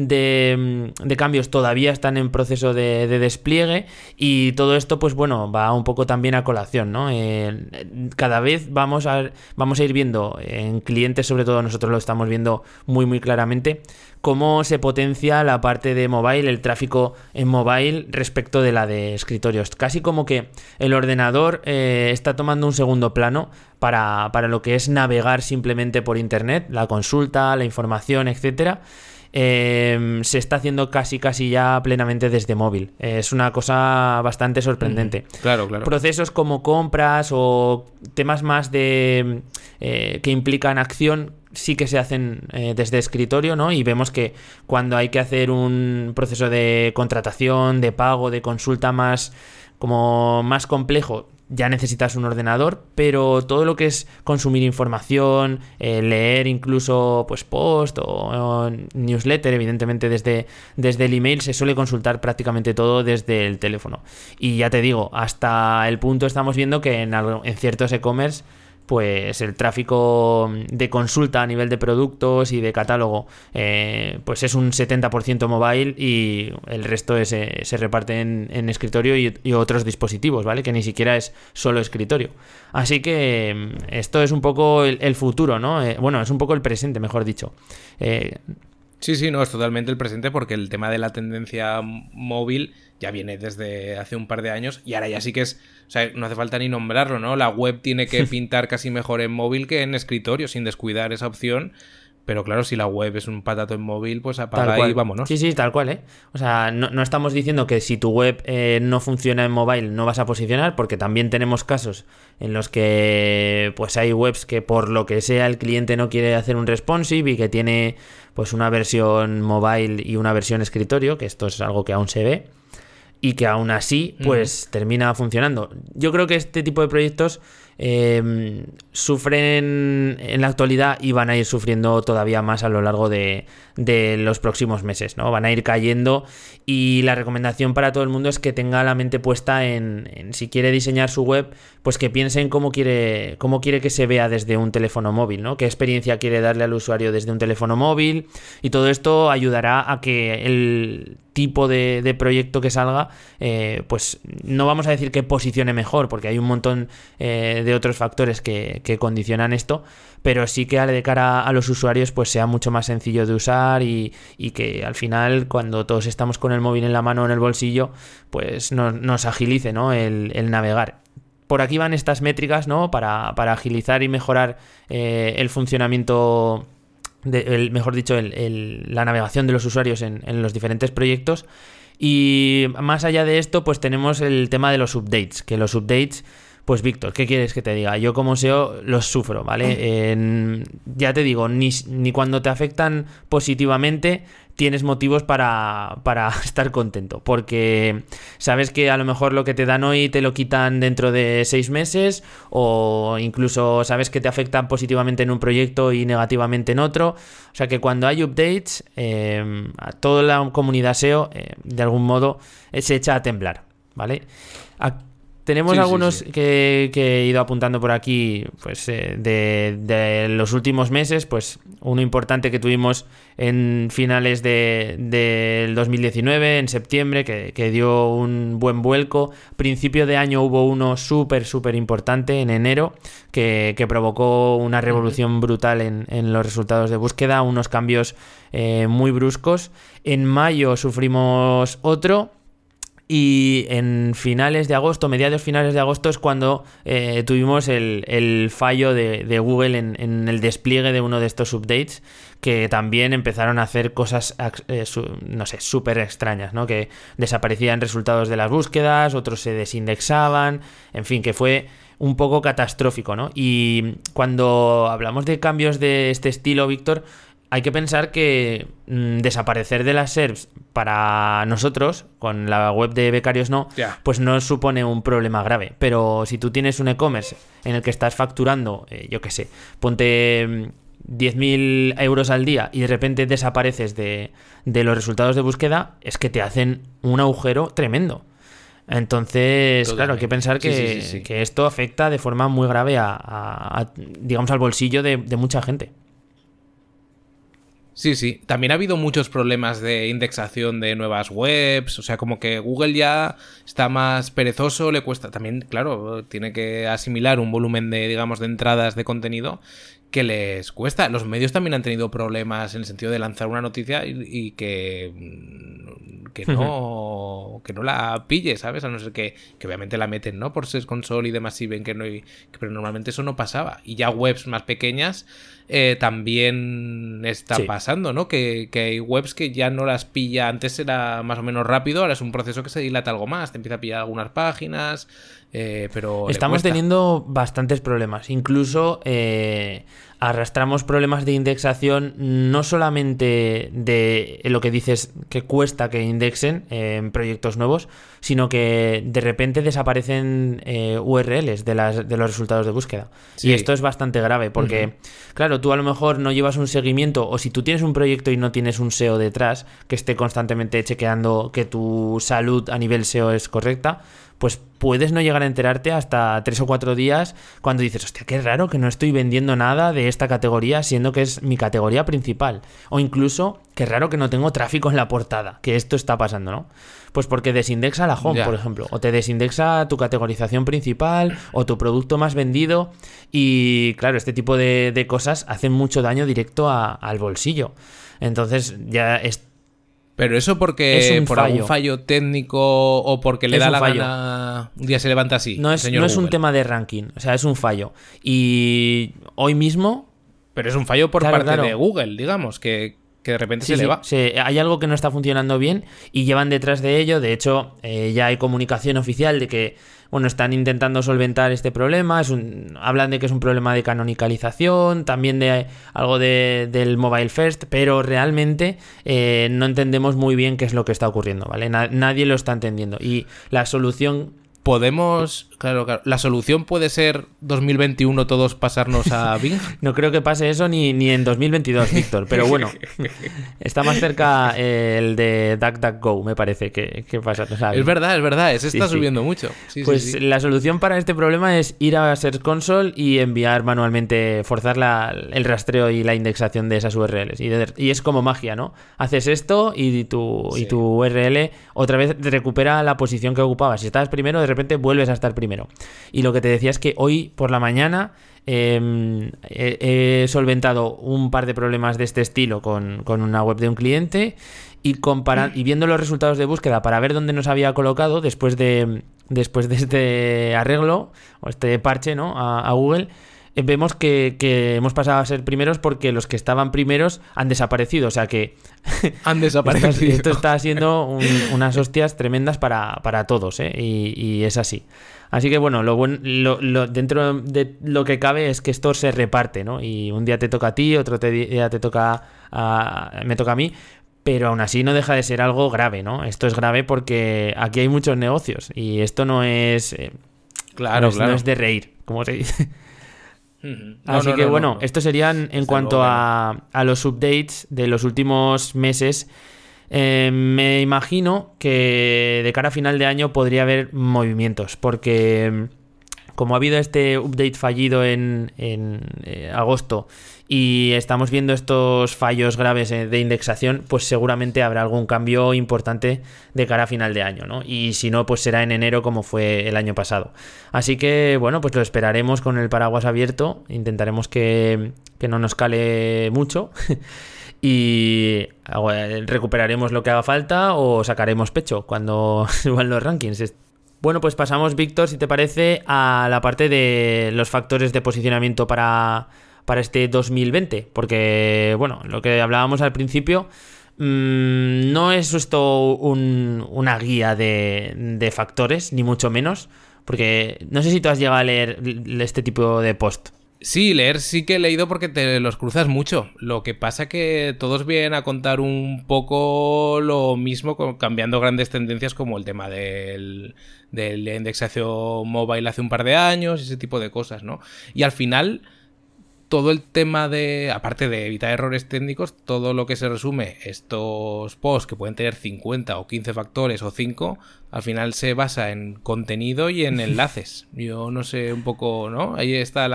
A: cambios todavía están en proceso de despliegue, y todo esto pues bueno, va un poco también a colación, ¿no? Cada vez vamos a ir viendo en clientes, sobre todo nosotros lo estamos viendo muy muy claramente, cómo se potencia la parte de mobile, el tráfico en mobile respecto de la de escritorios. Casi como que el ordenador está tomando un segundo plano para lo que es navegar simplemente por internet, la consulta, la información, etcétera. Se está haciendo casi ya plenamente desde móvil. Es una cosa bastante sorprendente.
B: Claro.
A: Procesos como compras o temas más que implican acción sí que se hacen desde escritorio, ¿no? Y vemos que cuando hay que hacer un proceso de contratación, de pago, de consulta más complejo, ya necesitas un ordenador, pero todo lo que es consumir información, leer incluso pues post o newsletter, evidentemente desde el email, se suele consultar prácticamente todo desde el teléfono. Y ya te digo, hasta el punto estamos viendo que en ciertos e-commerce pues el tráfico de consulta a nivel de productos y de catálogo pues es un 70% mobile y el resto se reparte en escritorio y otros dispositivos, ¿vale? Que ni siquiera es solo escritorio. Así que esto es un poco el futuro, ¿no? Bueno, es un poco el presente, mejor dicho.
B: Sí, no, es totalmente el presente, porque el tema de la tendencia móvil ya viene desde hace un par de años y ahora ya sí que es, o sea, no hace falta ni nombrarlo, ¿no? La web tiene que pintar casi mejor en móvil que en escritorio, sin descuidar esa opción. Pero claro, si la web es un patato en móvil, pues apaga y vámonos.
A: Sí, tal cual, ¿eh? O sea, no estamos diciendo que si tu web no funciona en mobile no vas a posicionar, porque también tenemos casos en los que pues hay webs que por lo que sea el cliente no quiere hacer un responsive y que tiene pues una versión mobile y una versión escritorio, que esto es algo que aún se ve y que aún así pues termina funcionando. Yo creo que este tipo de proyectos sufren en la actualidad y van a ir sufriendo todavía más a lo largo de los próximos meses, ¿no? Van a ir cayendo, y la recomendación para todo el mundo es que tenga la mente puesta en si quiere diseñar su web, pues que piense en cómo quiere que se vea desde un teléfono móvil, ¿no? Qué experiencia quiere darle al usuario desde un teléfono móvil, y todo esto ayudará a que el tipo de proyecto que salga pues no vamos a decir que posicione mejor, porque hay un montón de otros factores que condicionan esto, pero sí que de cara a los usuarios pues sea mucho más sencillo de usar y que al final, cuando todos estamos con el móvil en la mano o en el bolsillo, pues nos agilice, ¿no? el navegar. Por aquí van estas métricas, ¿no? Para agilizar y mejorar el funcionamiento, mejor dicho, la navegación de los usuarios en los diferentes proyectos. Y más allá de esto, pues tenemos el tema de los updates, que los updates, pues Víctor, ¿qué quieres que te diga? Yo como SEO los sufro, ¿vale? Ya te digo, ni cuando te afectan positivamente tienes motivos para estar contento, porque sabes que a lo mejor lo que te dan hoy te lo quitan dentro de 6 meses, o incluso sabes que te afectan positivamente en un proyecto y negativamente en otro. O sea que cuando hay updates, a toda la comunidad SEO de algún modo se echa a temblar, ¿vale? tenemos
B: Sí,
A: algunos
B: sí.
A: que he ido apuntando por aquí, pues de los últimos meses, pues uno importante que tuvimos en finales del 2019, en septiembre, que dio un buen vuelco. Principio de año hubo uno súper importante en enero, que provocó una revolución brutal en los resultados de búsqueda, unos cambios muy bruscos. En mayo sufrimos otro. Y en mediados finales de agosto es cuando tuvimos el fallo de Google en el despliegue de uno de estos updates, que también empezaron a hacer cosas, no sé, súper extrañas, ¿no? Que desaparecían resultados de las búsquedas, otros se desindexaban, en fin, que fue un poco catastrófico, ¿no? Y cuando hablamos de cambios de este estilo, Víctor, hay que pensar que desaparecer de las SERPs para nosotros, con la web de Becarios No, pues no supone un problema grave. Pero si tú tienes un e-commerce en el que estás facturando, yo qué sé, ponte 10.000 euros al día y de repente desapareces de los resultados de búsqueda, es que te hacen un agujero tremendo. Entonces, claro, hay que pensar que esto afecta de forma muy grave digamos, al bolsillo de mucha gente.
B: Sí. También ha habido muchos problemas de indexación de nuevas webs. O sea, como que Google ya está más perezoso, le cuesta. También, claro, tiene que asimilar un volumen de, digamos, de entradas de contenido que les cuesta. Los medios también han tenido problemas en el sentido de lanzar una noticia y que no la pille, ¿sabes? A no ser que obviamente la meten, ¿no? Por Search Console y demás, y ven que no hay... Pero normalmente eso no pasaba. Y ya webs más pequeñas también está pasando, ¿no? Que hay webs que ya no las pilla. Antes era más o menos rápido, ahora es un proceso que se dilata algo más. Te empieza a pillar algunas páginas, pero
A: estamos teniendo bastantes problemas. Incluso arrastramos problemas de indexación, no solamente de lo que dices que cuesta que indexen en proyectos nuevos, sino que de repente desaparecen URLs de los resultados de búsqueda. Y esto es bastante grave porque, claro, tú a lo mejor no llevas un seguimiento, o si tú tienes un proyecto y no tienes un SEO detrás que esté constantemente chequeando que tu salud a nivel SEO es correcta, pues puedes no llegar a enterarte hasta 3 o 4 días cuando dices, hostia, qué raro que no estoy vendiendo nada de esta categoría, siendo que es mi categoría principal. O incluso, qué raro que no tengo tráfico en la portada, que esto está pasando, ¿no? Pues porque desindexa la home, por ejemplo, o te desindexa tu categorización principal o tu producto más vendido. Y claro, este tipo de cosas hacen mucho daño directo al bolsillo. Entonces ya
B: pero eso porque por algún fallo técnico o porque le da la gana, un día se levanta así.
A: No es un tema de ranking, o sea, es un fallo. Y hoy mismo...
B: Pero es un fallo por parte de Google, digamos, que de repente se le va.
A: Sí, hay algo que no está funcionando bien y llevan detrás de ello. De hecho, ya hay comunicación oficial de que, bueno, están intentando solventar este problema. Hablan de que es un problema de canonicalización, también de algo del mobile first, pero realmente no entendemos muy bien qué es lo que está ocurriendo, ¿vale? Nadie lo está entendiendo. Y la solución...
B: Claro, la solución puede ser 2021 todos pasarnos a Bing.
A: No creo que pase eso ni en 2022, Víctor, pero bueno, está más cerca el de DuckDuckGo, me parece, que pasa. O sea,
B: es verdad, ese está subiendo mucho.
A: Pues la solución para este problema es ir a Search Console y enviar manualmente, forzar el rastreo y la indexación de esas URLs. Y es como magia, ¿no? Haces esto y tu URL otra vez recupera la posición que ocupaba. Si estabas primero, de repente vuelves a estar primero. Y lo que te decía es que hoy por la mañana he solventado un par de problemas de este estilo con una web de un cliente y viendo los resultados de búsqueda para ver dónde nos había colocado después de este arreglo o este parche, ¿no? a Google. Vemos que hemos pasado a ser primeros porque los que estaban primeros han desaparecido. O sea que
B: han desaparecido.
A: Esto está siendo unas hostias tremendas para todos, ¿eh? Y es así. Así que bueno, dentro de lo que cabe es que esto se reparte, ¿no? Y un día te toca a ti, otro día me toca a mí. Pero aún así no deja de ser algo grave, ¿no? Esto es grave porque aquí hay muchos negocios y esto no es...
B: Claro.
A: No es de reír, como se dice. Así que bueno, estos serían en cuanto a los updates de los últimos meses. Me imagino que de cara a final de año podría haber movimientos, porque como ha habido este update fallido en agosto y estamos viendo estos fallos graves de indexación, pues seguramente habrá algún cambio importante de cara a final de año, ¿no? Y si no, pues será en enero como fue el año pasado. Así que, bueno, pues lo esperaremos con el paraguas abierto, intentaremos que no nos cale mucho y recuperaremos lo que haga falta o sacaremos pecho cuando suban los rankings. Bueno, pues pasamos, Víctor, si te parece, a la parte de los factores de posicionamiento para este 2020, porque, bueno, lo que hablábamos al principio, no es esto una guía de factores, ni mucho menos, porque no sé si tú has llegado a leer este tipo de post.
B: Sí, leer sí que he leído porque te los cruzas mucho. Lo que pasa que todos vienen a contar un poco lo mismo, cambiando grandes tendencias como el tema de la indexación mobile hace un par de años, ese tipo de cosas, ¿no? Y al final, todo el tema de, aparte de evitar errores técnicos, todo lo que se resume, estos posts que pueden tener 50 o 15 factores o 5, al final se basa en contenido y en enlaces. Yo no sé un poco, ¿no? Ahí está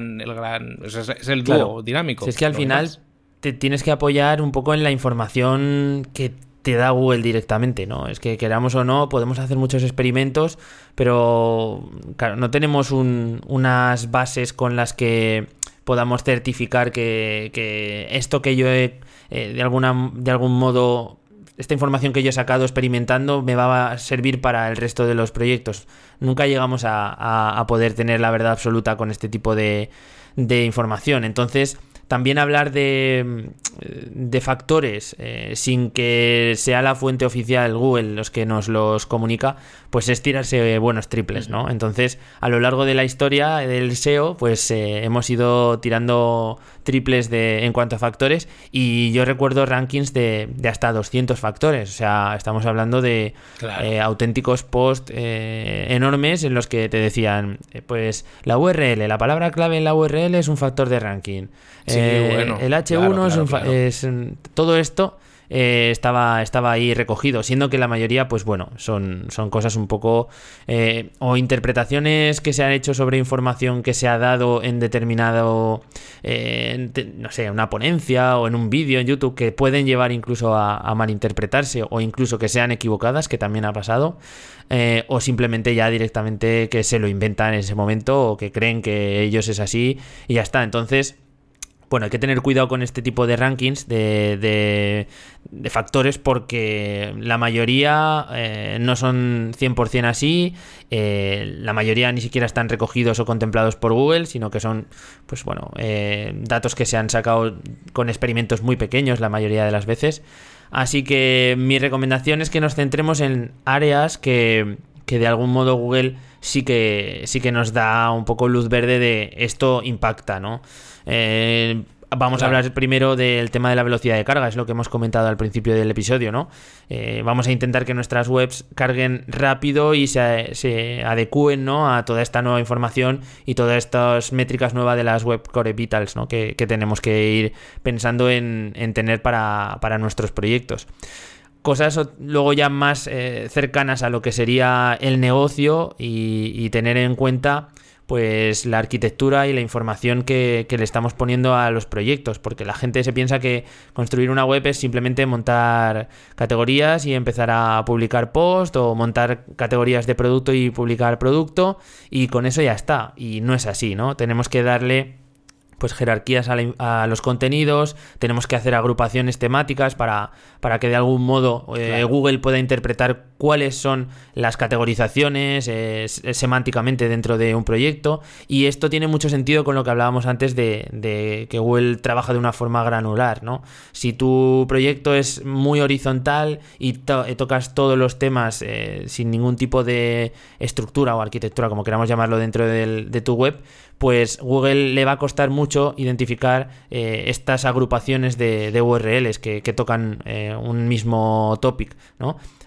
B: es el dúo
A: claro,
B: dinámico.
A: Si es que al final te tienes que apoyar un poco en la información que te da Google directamente, ¿no? Es que queramos o no, podemos hacer muchos experimentos, pero claro, no tenemos unas bases con las que podamos certificar que esto que yo he, de algún modo, esta información que yo he sacado experimentando me va a servir para el resto de los proyectos. Nunca llegamos a poder tener la verdad absoluta con este tipo de información. Entonces, también hablar de factores sin que sea la fuente oficial Google los que nos los comunica, pues es tirarse buenos triples, ¿no? Entonces, a lo largo de la historia del SEO, pues hemos ido tirando triples en cuanto a factores, y yo recuerdo rankings de hasta 200 factores. O sea, estamos hablando de auténticos posts enormes en los que te decían, pues la URL, la palabra clave en la URL es un factor de ranking.
B: Sí, bueno,
A: el H1 es todo esto estaba ahí recogido, siendo que la mayoría, pues bueno, son cosas un poco o interpretaciones que se han hecho sobre información que se ha dado en determinado no sé, una ponencia o en un vídeo en YouTube, que pueden llevar incluso a malinterpretarse, o incluso que sean equivocadas, que también ha pasado, o simplemente ya directamente que se lo inventan en ese momento, o que creen que ellos es así y ya está. Entonces, bueno, hay que tener cuidado con este tipo de rankings de factores, porque la mayoría no son 100% así, la mayoría ni siquiera están recogidos o contemplados por Google, sino que son, pues bueno, datos que se han sacado con experimentos muy pequeños la mayoría de las veces. Así que mi recomendación es que nos centremos en áreas que de algún modo Google sí que nos da un poco luz verde de esto impacta, ¿no? Vamos a hablar primero del tema de la velocidad de carga, es lo que hemos comentado al principio del episodio, ¿no? Vamos a intentar que nuestras webs carguen rápido y se adecúen, ¿no?, a toda esta nueva información y todas estas métricas nuevas de las Web Core Vitals, ¿no?, que tenemos que ir pensando en tener para nuestros proyectos. Cosas luego ya más cercanas a lo que sería el negocio y tener en cuenta pues la arquitectura y la información que le estamos poniendo a los proyectos, porque la gente se piensa que construir una web es simplemente montar categorías y empezar a publicar post, o montar categorías de producto y publicar producto, y con eso ya está, y no es así, ¿no? Tenemos que darle pues jerarquías a los contenidos, tenemos que hacer agrupaciones temáticas para que de algún modo Google pueda interpretar cuáles son las categorizaciones semánticamente dentro de un proyecto, y esto tiene mucho sentido con lo que hablábamos antes de que Google trabaja de una forma granular, ¿no? Si tu proyecto es muy horizontal y tocas todos los temas sin ningún tipo de estructura o arquitectura, como queramos llamarlo, dentro de tu web, pues Google le va a costar mucho identificar estas agrupaciones de URLs que tocan un mismo topic, ¿no?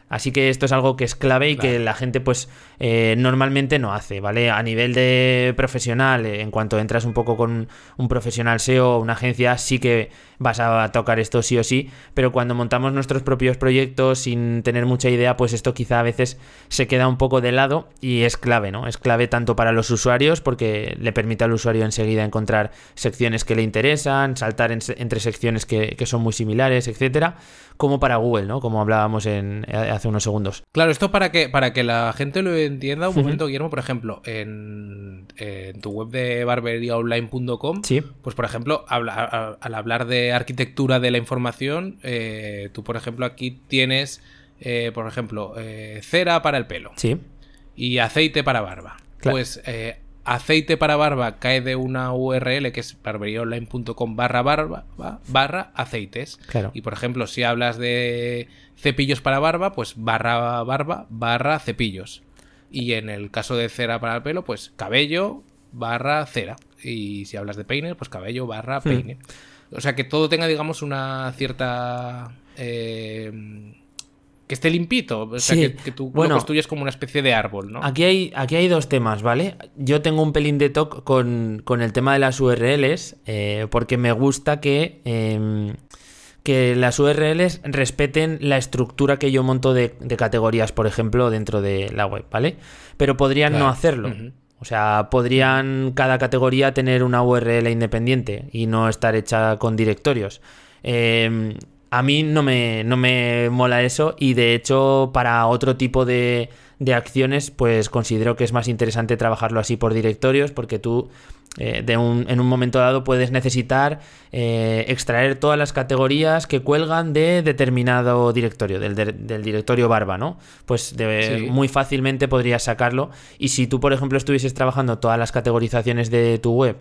A: Así que esto es algo que es clave y que la gente pues normalmente no hace, ¿vale? A nivel de profesional, en cuanto entras un poco con un profesional SEO o una agencia, sí que vas a tocar esto sí o sí, pero cuando montamos nuestros propios proyectos sin tener mucha idea, pues esto quizá a veces se queda un poco de lado y es clave, ¿no? Es clave tanto para los usuarios porque le permite al usuario enseguida encontrar secciones que le interesan, saltar entre secciones que son muy similares, etcétera, como para Google, ¿no? Como hablábamos hace unos segundos.
B: Claro, esto para que la gente lo entienda un momento, Guillermo, por ejemplo, en tu web de barberiaonline.com,
A: sí,
B: pues por ejemplo, al hablar de arquitectura de la información, tú por ejemplo aquí tienes, por ejemplo, cera para el pelo,
A: sí,
B: y aceite para barba.
A: Claro.
B: Pues aceite para barba cae de una URL que es barberiaonline.com barra aceites.
A: Claro.
B: Y por ejemplo, si hablas de cepillos para barba, pues barra barba barra cepillos. Y en el caso de cera para el pelo, pues cabello barra cera. Y si hablas de peine, pues cabello barra peine. O sea, que todo tenga, digamos, una cierta... que esté limpito, o sea,
A: sí.
B: que tú
A: bueno,
B: lo construyes como una especie de árbol, ¿no?
A: Aquí hay dos temas, ¿vale? Yo tengo un pelín de toque con el tema de las URLs, porque me gusta que las URLs respeten la estructura que yo monto de categorías, por ejemplo, dentro de la web, ¿vale? Pero podrían no hacerlo. O sea, podrían cada categoría tener una URL independiente y no estar hecha con directorios. A mí no me mola eso y de hecho para otro tipo de acciones pues considero que es más interesante trabajarlo así por directorios porque tú en un momento dado puedes necesitar extraer todas las categorías que cuelgan de determinado directorio, del directorio barba, ¿no? Pues muy fácilmente podrías sacarlo y si tú por ejemplo estuvieses trabajando todas las categorizaciones de tu web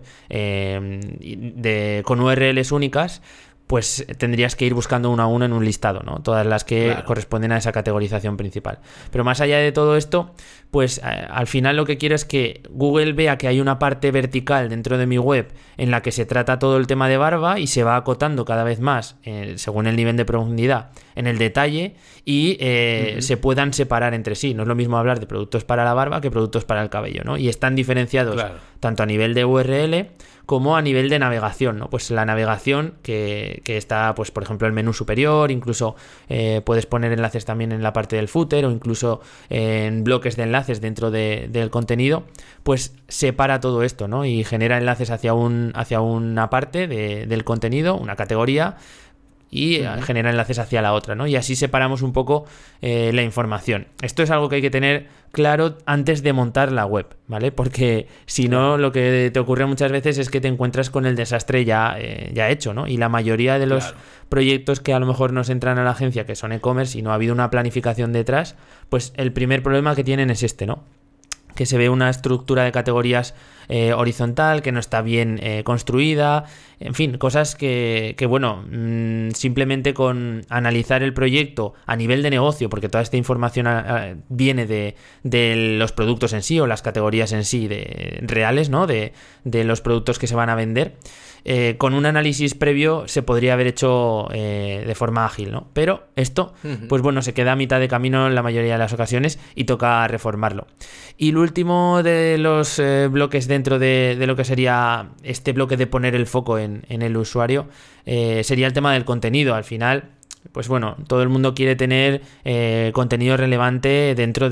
A: con URLs únicas, pues tendrías que ir buscando uno a uno en un listado, ¿no? Todas las que corresponden a esa categorización principal. Pero más allá de todo esto, pues al final lo que quiero es que Google vea que hay una parte vertical dentro de mi web en la que se trata todo el tema de barba y se va acotando cada vez más, según el nivel de profundidad, en el detalle y se puedan separar entre sí. No es lo mismo hablar de productos para la barba que productos para el cabello, ¿no? Y están diferenciados tanto a nivel de URL como a nivel de navegación, ¿no? Pues la navegación que está, pues por ejemplo, el menú superior, incluso puedes poner enlaces también en la parte del footer o incluso en bloques de enlaces dentro del contenido, pues separa todo esto, ¿no? Y genera enlaces hacia una parte del contenido, una categoría, y genera enlaces hacia la otra, ¿no? Y así separamos un poco la información. Esto es algo que hay que tener claro antes de montar la web, ¿vale? Porque si no, lo que te ocurre muchas veces es que te encuentras con el desastre ya hecho, ¿no? Y la mayoría de los proyectos que a lo mejor nos entran a la agencia, que son e-commerce y no ha habido una planificación detrás, pues el primer problema que tienen es este, ¿no? Que se ve una estructura de categorías horizontal, que no está bien construida, en fin, cosas que bueno, simplemente con analizar el proyecto a nivel de negocio, porque toda esta información viene de los productos en sí o las categorías en sí reales, ¿no? De los productos que se van a vender. Con un análisis previo se podría haber hecho de forma ágil, ¿no? Pero esto, pues bueno, se queda a mitad de camino en la mayoría de las ocasiones y toca reformarlo. Y lo último de los bloques dentro de lo que sería este bloque de poner el foco en el usuario sería el tema del contenido. Al final, pues bueno, todo el mundo quiere tener contenido relevante dentro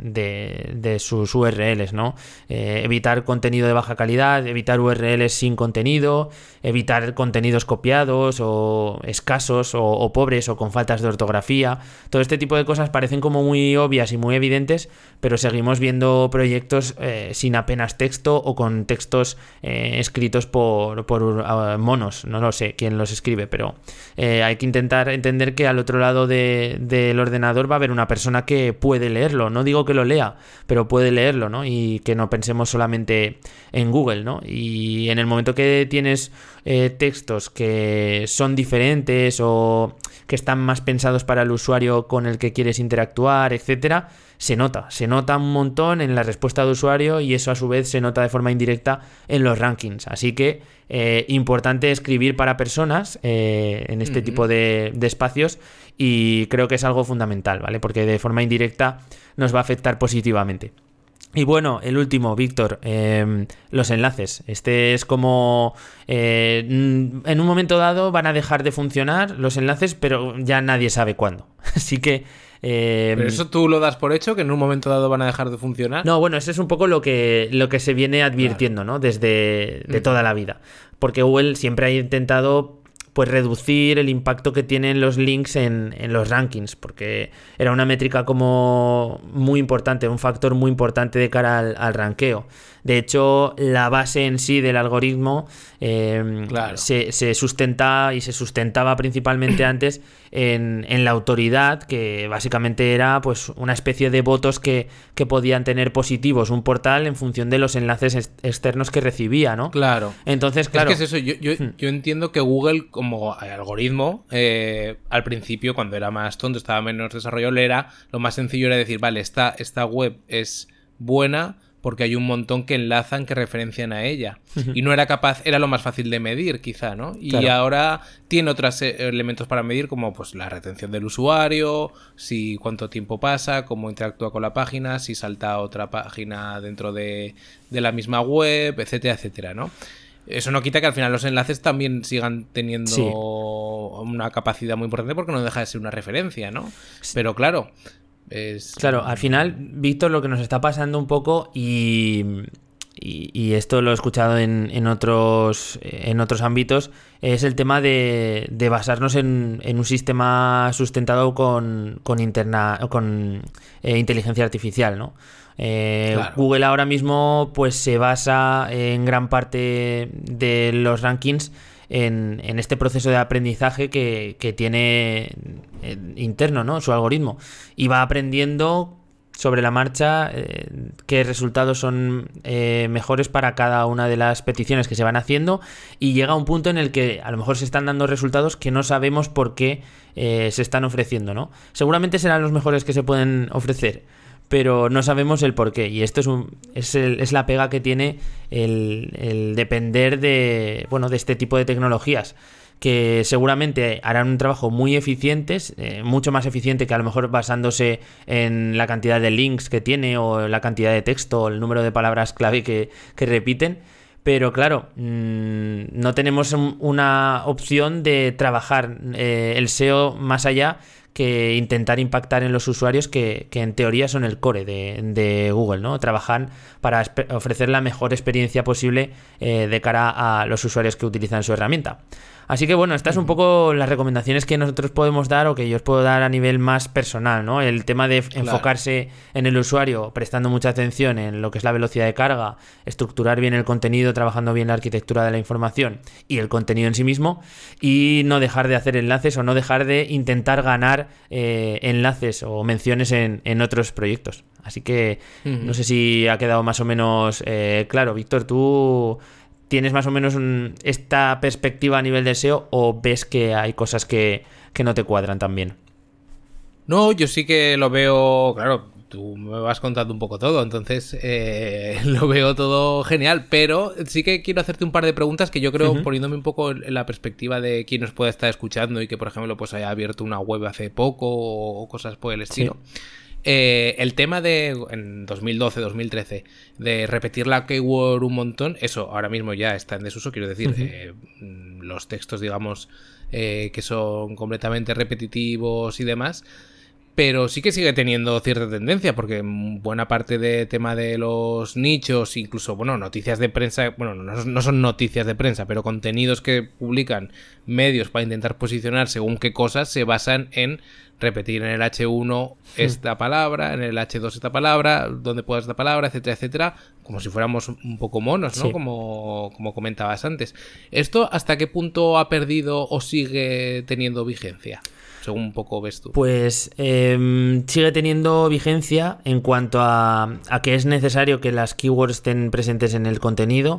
A: de sus URLs, ¿no? Evitar contenido de baja calidad, evitar URLs sin contenido, evitar contenidos copiados o escasos o pobres o con faltas de ortografía. Todo este tipo de cosas parecen como muy obvias y muy evidentes, pero seguimos viendo proyectos sin apenas texto o con textos escritos por monos. No lo sé quién los escribe, pero hay que intentar entender que al otro lado del ordenador va a haber una persona que puede leerlo. No digo que lo lea, pero puede leerlo, ¿no? Y que no pensemos solamente en Google, ¿no? Y en el momento que tienes textos que son diferentes o que están más pensados para el usuario con el que quieres interactuar, etcétera, se nota un montón en la respuesta de usuario y eso a su vez se nota de forma indirecta en los rankings. Así que importante escribir para personas en este tipo de espacios, y creo que es algo fundamental, ¿vale? Porque de forma indirecta nos va a afectar positivamente. Y bueno, el último, Víctor, los enlaces. Este es como... en un momento dado van a dejar de funcionar los enlaces, pero ya nadie sabe cuándo. Así que...
B: ¿Pero eso tú lo das por hecho, que en un momento dado van a dejar de funcionar?
A: No, bueno, eso es un poco lo que se viene advirtiendo, claro, ¿no? Desde toda la vida. Porque Google siempre ha intentado pues reducir el impacto que tienen los links en los rankings, porque era una métrica como muy importante, un factor muy importante de cara al ranqueo. De hecho, la base en sí del algoritmo claro, se sustenta y se sustentaba principalmente antes en la autoridad, que básicamente era pues una especie de votos que podían tener positivos un portal en función de los enlaces externos que recibía, ¿no?
B: Claro.
A: Entonces, claro...
B: Es que es eso, yo entiendo que Google como algoritmo, al principio, cuando era más tonto, estaba menos desarrollado, lo más sencillo era decir, vale, esta web es buena porque hay un montón que enlazan, que referencian a ella. Y no era capaz, era lo más fácil de medir, quizá, ¿no? Y claro, ahora tiene otros elementos para medir, como pues la retención del usuario, si cuánto tiempo pasa, cómo interactúa con la página, si salta a otra página dentro de la misma web, etcétera, etcétera, ¿no? Eso no quita que al final los enlaces también sigan teniendo una capacidad muy importante, porque no deja de ser una referencia, ¿no? Pero claro... Claro,
A: al final, Víctor, lo que nos está pasando un poco, y esto lo he escuchado en otros ámbitos, es el tema de basarnos en un sistema sustentado con inteligencia artificial, ¿no? Claro. Google ahora mismo pues se basa en gran parte de los rankings en este proceso de aprendizaje que tiene interno, ¿no? Su algoritmo, y va aprendiendo sobre la marcha qué resultados son mejores para cada una de las peticiones que se van haciendo, y llega a un punto en el que a lo mejor se están dando resultados que no sabemos por qué se están ofreciendo, ¿no? Seguramente serán los mejores que se pueden ofrecer, pero no sabemos el por qué, y esto es la pega que tiene el depender de este tipo de tecnologías, que seguramente harán un trabajo muy eficiente, mucho más eficiente que a lo mejor basándose en la cantidad de links que tiene, o la cantidad de texto, o el número de palabras clave que repiten. Pero claro, no tenemos una opción de trabajar el SEO más allá que intentar impactar en los usuarios, que en teoría son el core de Google, ¿no? Trabajan para ofrecer la mejor experiencia posible de cara a los usuarios que utilizan su herramienta. Así que bueno, estas un poco las recomendaciones que nosotros podemos dar, o que yo os puedo dar a nivel más personal, ¿no? El tema de enfocarse en el usuario, prestando mucha atención en lo que es la velocidad de carga, estructurar bien el contenido, trabajando bien la arquitectura de la información y el contenido en sí mismo, y no dejar de hacer enlaces, o no dejar de intentar ganar enlaces o menciones en otros proyectos. Así que no sé si ha quedado más o menos claro. Víctor, ¿tú tienes más o menos esta perspectiva a nivel de SEO, o ves que hay cosas que no te cuadran también?
B: No, yo sí que lo veo, claro, tú me vas contando un poco todo, entonces lo veo todo genial, pero sí que quiero hacerte un par de preguntas que yo creo, poniéndome un poco en la perspectiva de quien nos pueda estar escuchando y que, por ejemplo, pues haya abierto una web hace poco o cosas por el estilo. Sí. El tema de, en 2012, 2013, de repetir la keyword un montón, eso ahora mismo ya está en desuso, quiero decir, los textos, digamos, que son completamente repetitivos y demás, pero sí que sigue teniendo cierta tendencia, porque buena parte de tema de los nichos, incluso, bueno, noticias de prensa, bueno, no son noticias de prensa, pero contenidos que publican medios para intentar posicionar según qué cosas, se basan en repetir en el H1 esta palabra, en el H2 esta palabra, donde puedas esta palabra, etcétera, etcétera, como si fuéramos un poco monos, ¿no? Sí. Como comentabas antes. ¿Esto hasta qué punto ha perdido o sigue teniendo vigencia? Según un poco ves tú.
A: Pues sigue teniendo vigencia en cuanto a que es necesario que las keywords estén presentes en el contenido.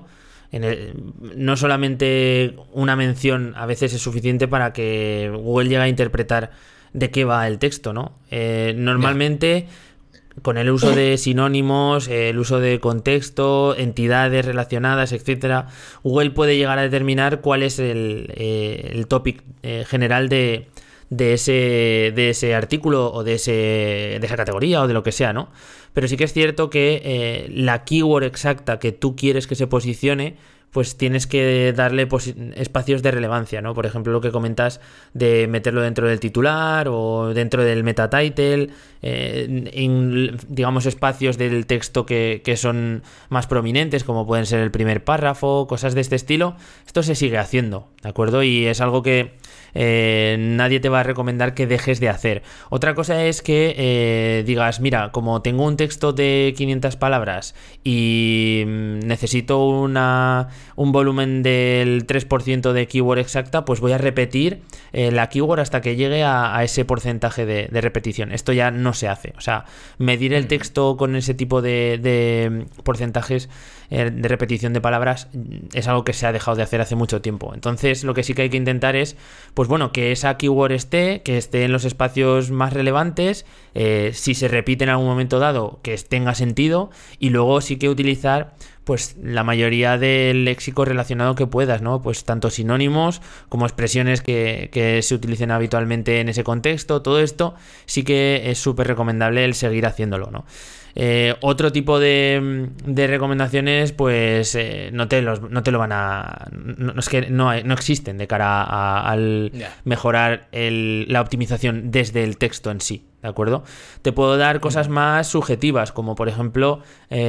A: no solamente una mención a veces es suficiente para que Google llegue a interpretar de qué va el texto, ¿no? Normalmente con el uso de sinónimos, el uso de contexto, entidades relacionadas, etcétera, Google puede llegar a determinar cuál es el topic general de ese artículo o de esa categoría o de lo que sea, ¿no? Pero sí que es cierto que la keyword exacta que tú quieres que se posicione, pues tienes que darle espacios de relevancia, ¿no? Por ejemplo, lo que comentas de meterlo dentro del titular o dentro del meta title, digamos, espacios del texto que son más prominentes, como pueden ser el primer párrafo, cosas de este estilo. Esto se sigue haciendo, ¿de acuerdo? Y es algo que nadie te va a recomendar que dejes de hacer. Otra cosa es que digas, mira, como tengo un texto de 500 palabras y necesito un volumen del 3% de keyword exacta, pues voy a repetir la keyword hasta que llegue a ese porcentaje de repetición. Esto ya no se hace. O sea, medir el texto con ese tipo de porcentajes de repetición de palabras es algo que se ha dejado de hacer hace mucho tiempo. Entonces, lo que sí que hay que intentar es, pues bueno, que esa keyword que esté en los espacios más relevantes, si se repite en algún momento dado, que tenga sentido, y luego sí que utilizar pues la mayoría del léxico relacionado que puedas, ¿no? Pues tanto sinónimos como expresiones que se utilicen habitualmente en ese contexto. Todo esto sí que es súper recomendable el seguir haciéndolo, ¿no? Otro tipo de recomendaciones, pues no te lo van a... es que no existen de cara al mejorar la optimización desde el texto en sí, ¿de acuerdo? Te puedo dar cosas más subjetivas, como por ejemplo...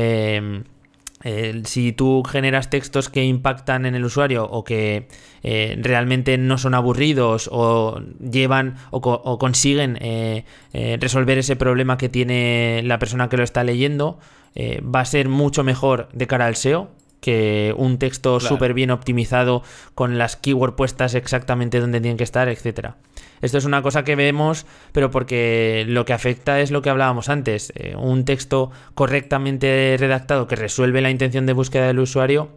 A: si tú generas textos que impactan en el usuario o que realmente no son aburridos o llevan o consiguen resolver ese problema que tiene la persona que lo está leyendo, va a ser mucho mejor de cara al SEO que un texto súper bien optimizado con las keywords puestas exactamente donde tienen que estar, etcétera. Esto es una cosa que vemos, pero porque lo que afecta es lo que hablábamos antes. Un texto correctamente redactado que resuelve la intención de búsqueda del usuario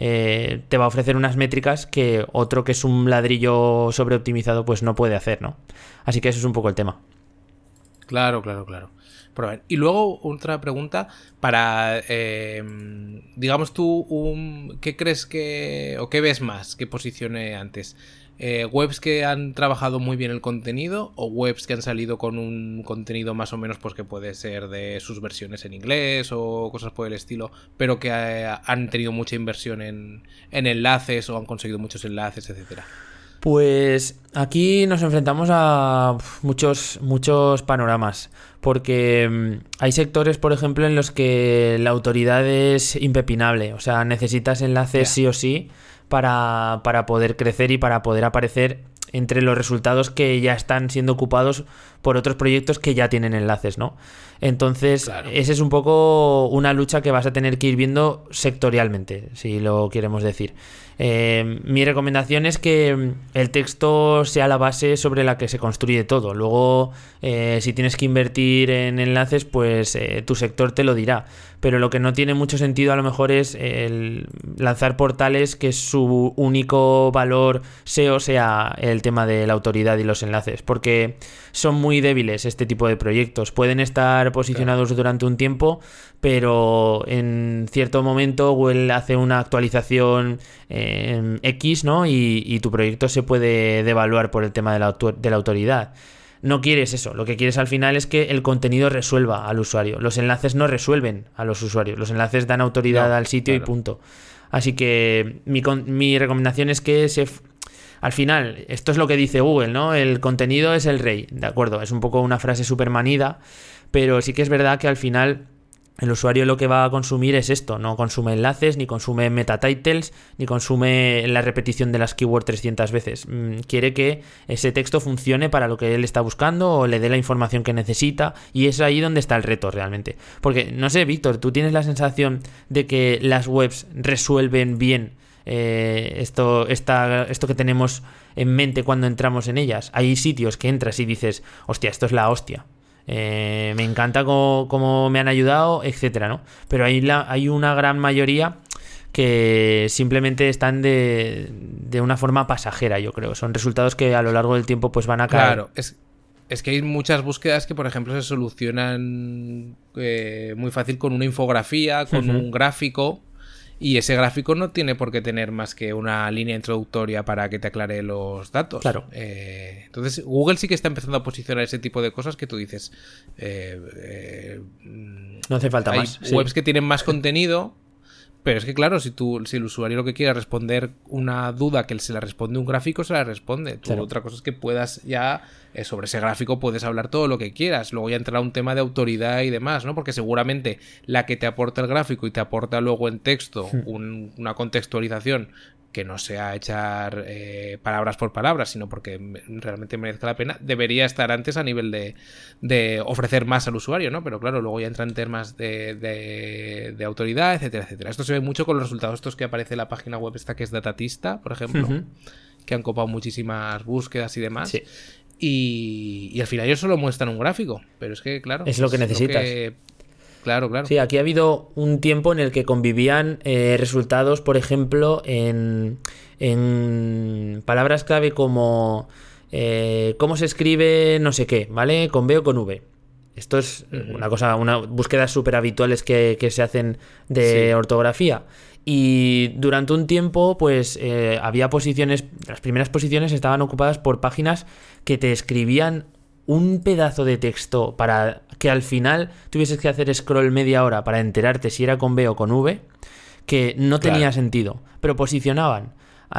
A: te va a ofrecer unas métricas que otro que es un ladrillo sobreoptimizado pues no puede hacer, ¿no? Así que eso es un poco el tema.
B: Claro. Pero a ver, y luego otra pregunta para, digamos tú, ¿qué crees o qué ves más que posicione antes? ¿Webs que han trabajado muy bien el contenido o webs que han salido con un contenido más o menos, pues que puede ser de sus versiones en inglés o cosas por el estilo, pero que han tenido mucha inversión en enlaces o han conseguido muchos enlaces, etcétera?
A: Pues aquí nos enfrentamos a muchos panoramas, porque hay sectores, por ejemplo, en los que la autoridad es impepinable, o sea, necesitas enlaces sí o sí para poder crecer y para poder aparecer entre los resultados que ya están siendo ocupados por otros proyectos que ya tienen enlaces, ¿no? Entonces, esa es un poco una lucha que vas a tener que ir viendo sectorialmente, si lo queremos decir. Mi recomendación es que el texto sea la base sobre la que se construye todo. Luego, si tienes que invertir en enlaces, pues tu sector te lo dirá. Pero lo que no tiene mucho sentido a lo mejor es el lanzar portales que su único valor SEO sea el tema de la autoridad y los enlaces, porque son muy débiles este tipo de proyectos. Pueden estar posicionados durante un tiempo, pero en cierto momento Google hace una actualización X, ¿no? Y tu proyecto se puede devaluar por el tema de la autoridad. No quieres eso, lo que quieres al final es que el contenido resuelva al usuario. Los enlaces no resuelven a los usuarios, los enlaces dan autoridad al sitio y punto. Así que mi recomendación es que al final, esto es lo que dice Google, ¿no? El contenido es el rey, de acuerdo, es un poco una frase súper manida, pero sí que es verdad que al final el usuario lo que va a consumir es esto, no consume enlaces, ni consume meta titles, ni consume la repetición de las keywords 300 veces. Quiere que ese texto funcione para lo que él está buscando o le dé la información que necesita, y es ahí donde está el reto realmente. Porque, no sé, Víctor, ¿tú tienes la sensación de que las webs resuelven bien esto que tenemos en mente cuando entramos en ellas? Hay sitios que entras y dices, hostia, esto es la hostia. Me encanta cómo me han ayudado, etcétera, ¿no? Pero hay una gran mayoría que simplemente están de una forma pasajera, yo creo. Son resultados que a lo largo del tiempo pues van a caer.
B: Claro, es que hay muchas búsquedas que, por ejemplo, se solucionan muy fácil con una infografía, con un gráfico, y ese gráfico no tiene por qué tener más que una línea introductoria para que te aclare los datos.
A: Claro.
B: Entonces, Google sí que está empezando a posicionar ese tipo de cosas que tú dices.
A: No hace falta
B: hay
A: más.
B: webs que tienen más contenido. Pero es que, claro, si el usuario lo que quiere es responder una duda que se la responde un gráfico, se la responde.
A: Claro.
B: Otra cosa es que puedas ya, sobre ese gráfico puedes hablar todo lo que quieras. Luego ya entrará un tema de autoridad y demás, ¿no? Porque seguramente la que te aporta el gráfico y te aporta luego en texto una contextualización que no sea echar palabras por palabras, sino porque realmente merezca la pena, debería estar antes a nivel de ofrecer más al usuario, ¿no? Pero claro, luego ya entran temas de autoridad, etcétera, etcétera. Esto se ve mucho con los resultados estos que aparece en la página web esta que es Datatista, por ejemplo, que han copado muchísimas búsquedas y demás. Sí. Y al final ellos solo muestran un gráfico, pero es que, claro...
A: Es lo que necesitas.
B: Claro.
A: Sí, aquí ha habido un tiempo en el que convivían resultados, por ejemplo, en palabras clave como cómo se escribe no sé qué, ¿vale? Con B o con V. Esto es una búsquedas súper habituales que se hacen de ortografía. Y durante un tiempo, pues había posiciones, las primeras posiciones estaban ocupadas por páginas que te escribían un pedazo de texto para que al final tuvieses que hacer scroll media hora para enterarte si era con B o con V, que no tenía sentido, pero posicionaban.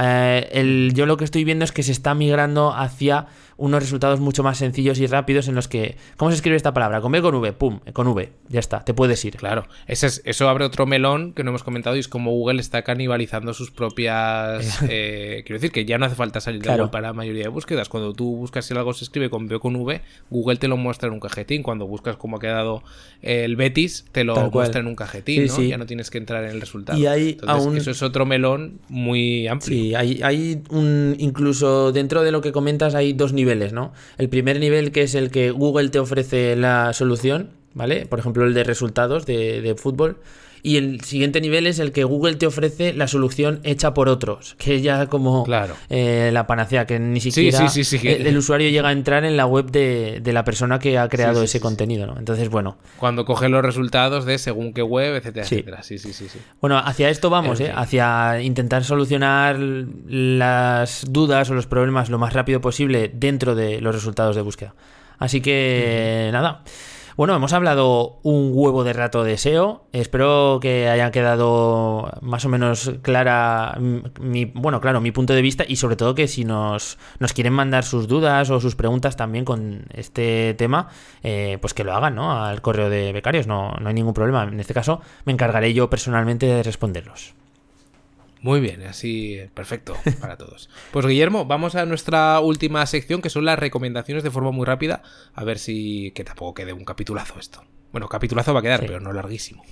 A: Yo lo que estoy viendo es que se está migrando hacia unos resultados mucho más sencillos y rápidos en los que... ¿Cómo se escribe esta palabra? ¿Con B o con V? ¡Pum! Con V. Ya está, te puedes ir.
B: Claro. Eso abre otro melón que no hemos comentado y es como Google está canibalizando sus propias... quiero decir que ya no hace falta salir de Google para la mayoría de búsquedas. Cuando tú buscas si algo se escribe con B o con V, Google te lo muestra en un cajetín. Cuando buscas cómo ha quedado el Betis, te lo muestra en un cajetín, ¿no? Ya no tienes que entrar en el resultado.
A: Y hay
B: Entonces, eso es otro melón muy amplio.
A: Sí, hay incluso dentro de lo que comentas hay dos niveles, ¿no? El primer nivel, que es el que Google te ofrece la solución, ¿vale? Por ejemplo, el de resultados de fútbol. Y el siguiente nivel es el que Google te ofrece la solución hecha por otros, que es ya como la panacea, que ni siquiera el usuario llega a entrar en la web de la persona que ha creado ese contenido, ¿no? Entonces, bueno.
B: Cuando coge los resultados de según qué web, etcétera, etcétera. Sí.
A: Bueno, hacia esto vamos, hacia intentar solucionar las dudas o los problemas lo más rápido posible dentro de los resultados de búsqueda. Así que, nada. Bueno, hemos hablado un huevo de rato de SEO. Espero que haya quedado más o menos clara mi punto de vista y sobre todo que si nos quieren mandar sus dudas o sus preguntas también con este tema, pues que lo hagan, ¿no? Al correo de becarios, no hay ningún problema. En este caso me encargaré yo personalmente de responderlos.
B: Muy bien, así perfecto para todos. Pues Guillermo, vamos a nuestra última sección, que son las recomendaciones de forma muy rápida, a ver si que tampoco quede un capitulazo esto. Bueno, capitulazo va a quedar, pero no larguísimo.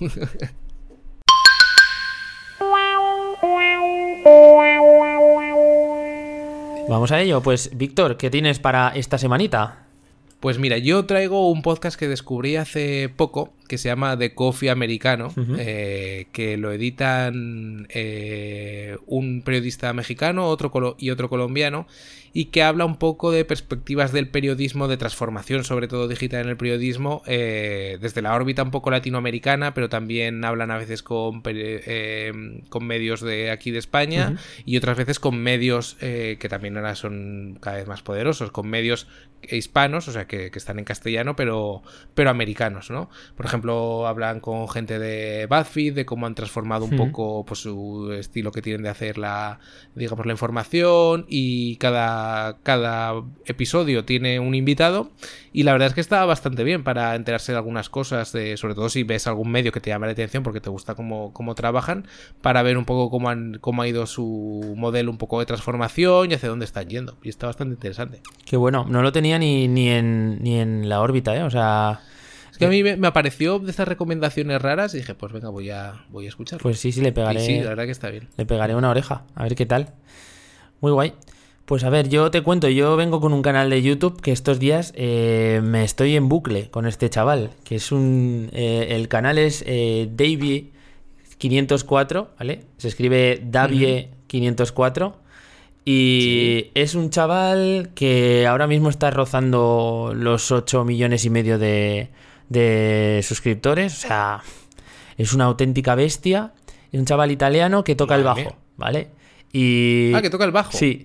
A: Vamos a ello. Pues Víctor, ¿qué tienes para esta semanita?
B: Pues mira, yo traigo un podcast que descubrí hace poco, que se llama The Coffee Americano, que lo editan un periodista mexicano otro colombiano, y que habla un poco de perspectivas del periodismo, de transformación, sobre todo digital en el periodismo, desde la órbita un poco latinoamericana, pero también hablan a veces con medios de aquí de España y otras veces con medios que también ahora son cada vez más poderosos, con medios hispanos, o sea, que están en castellano, pero americanos, ¿no? Por ejemplo, hablan con gente de BuzzFeed, de cómo han transformado un poco pues, su estilo que tienen de hacer la información, y cada episodio tiene un invitado, y la verdad es que está bastante bien para enterarse de algunas cosas, sobre todo si ves algún medio que te llama la atención porque te gusta cómo trabajan, para ver un poco cómo ha ido su modelo un poco de transformación y hacia dónde están yendo, y está bastante interesante.
A: Qué bueno, no lo tenía ni en la órbita, ¿eh? O sea...
B: Es que a mí me apareció de esas recomendaciones raras y dije, pues venga, voy a escucharlo.
A: Pues sí, le pegaré...
B: Y sí, la verdad que está bien.
A: Le pegaré una oreja, a ver qué tal. Muy guay. Pues a ver, yo te cuento, yo vengo con un canal de YouTube que estos días me estoy en bucle con este chaval, que es el canal es Davey Davie504, ¿vale? Se escribe Davie504 y es un chaval que ahora mismo está rozando los 8,5 millones de suscriptores, o sea, es una auténtica bestia. Es un chaval italiano que toca el bajo, ¿vale? Y
B: que toca el bajo.
A: Sí,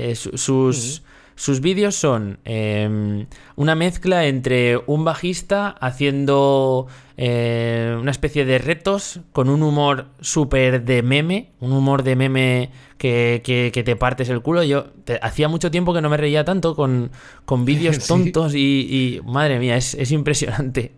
A: sus vídeos son una mezcla entre un bajista haciendo una especie de retos con un humor súper de meme, un humor de meme que te partes el culo. Hacía mucho tiempo que no me reía tanto con vídeos tontos y madre mía, es impresionante.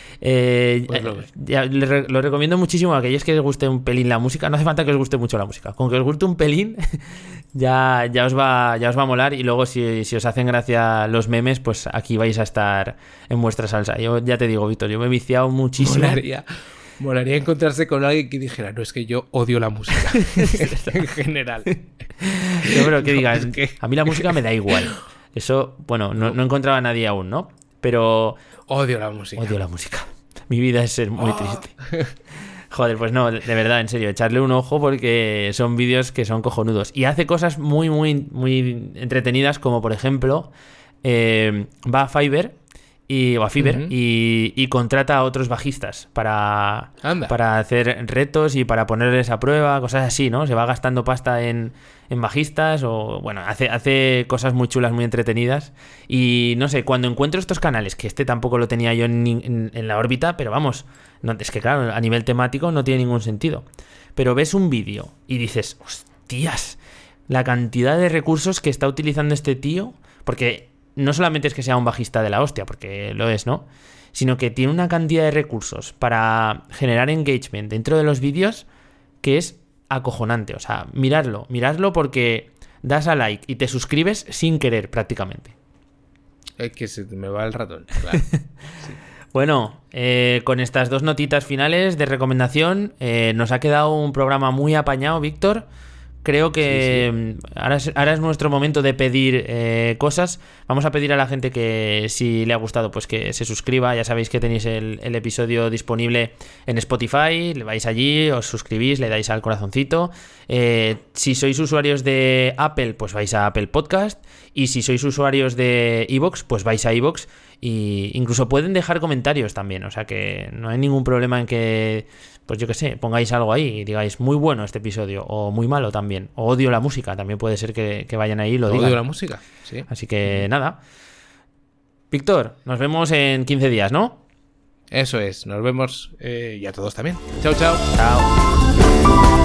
A: Lo recomiendo muchísimo a aquellos que les guste un pelín la música. No hace falta que os guste mucho la música, con que os guste un pelín ya os va a molar. Y luego si os hacen gracia los memes, pues aquí vais a estar en vuestra salsa. Yo ya te digo, Víctor, yo me he viciado muchísimo.
B: Molaría encontrarse con alguien que dijera, no, es que yo odio la música en general.
A: Yo creo que digas, a mí la música me da igual. Eso, bueno, no encontraba a nadie aún, ¿no? Pero
B: odio la música.
A: Mi vida es ser muy triste. Joder, pues no, de verdad, en serio, echarle un ojo porque son vídeos que son cojonudos. Y hace cosas muy, muy, muy entretenidas, como por ejemplo, va a Fiverr y contrata a otros bajistas para hacer retos y para ponerles a prueba, cosas así, ¿no? Se va gastando pasta en bajistas o, bueno, hace cosas muy chulas, muy entretenidas. Y no sé, cuando encuentro estos canales, que tampoco lo tenía yo en la órbita, pero vamos, no, es que claro, a nivel temático no tiene ningún sentido. Pero ves un vídeo y dices, hostias, la cantidad de recursos que está utilizando este tío, porque no solamente es que sea un bajista de la hostia, porque lo es, ¿no? Sino que tiene una cantidad de recursos para generar engagement dentro de los vídeos que es acojonante. O sea, miradlo porque das a like y te suscribes sin querer prácticamente.
B: Es que se me va el ratón, claro. Sí.
A: Bueno, con estas dos notitas finales de recomendación, nos ha quedado un programa muy apañado, Víctor. Creo que sí. Ahora es nuestro momento de pedir cosas. Vamos a pedir a la gente que si le ha gustado, pues que se suscriba. Ya sabéis que tenéis el episodio disponible en Spotify. Le vais allí, os suscribís, le dais al corazoncito. Si sois usuarios de Apple, pues vais a Apple Podcast. Y si sois usuarios de iVoox, pues vais a iVoox. Y incluso pueden dejar comentarios también. O sea que no hay ningún problema en que, pues yo qué sé, pongáis algo ahí y digáis muy bueno este episodio o muy malo también. O odio la música, también puede ser que vayan ahí y lo digan.
B: Odio la música, sí.
A: Así que nada. Víctor, nos vemos en 15 días, ¿no?
B: Eso es, nos vemos y a todos también. Chao, chao.
A: Chao.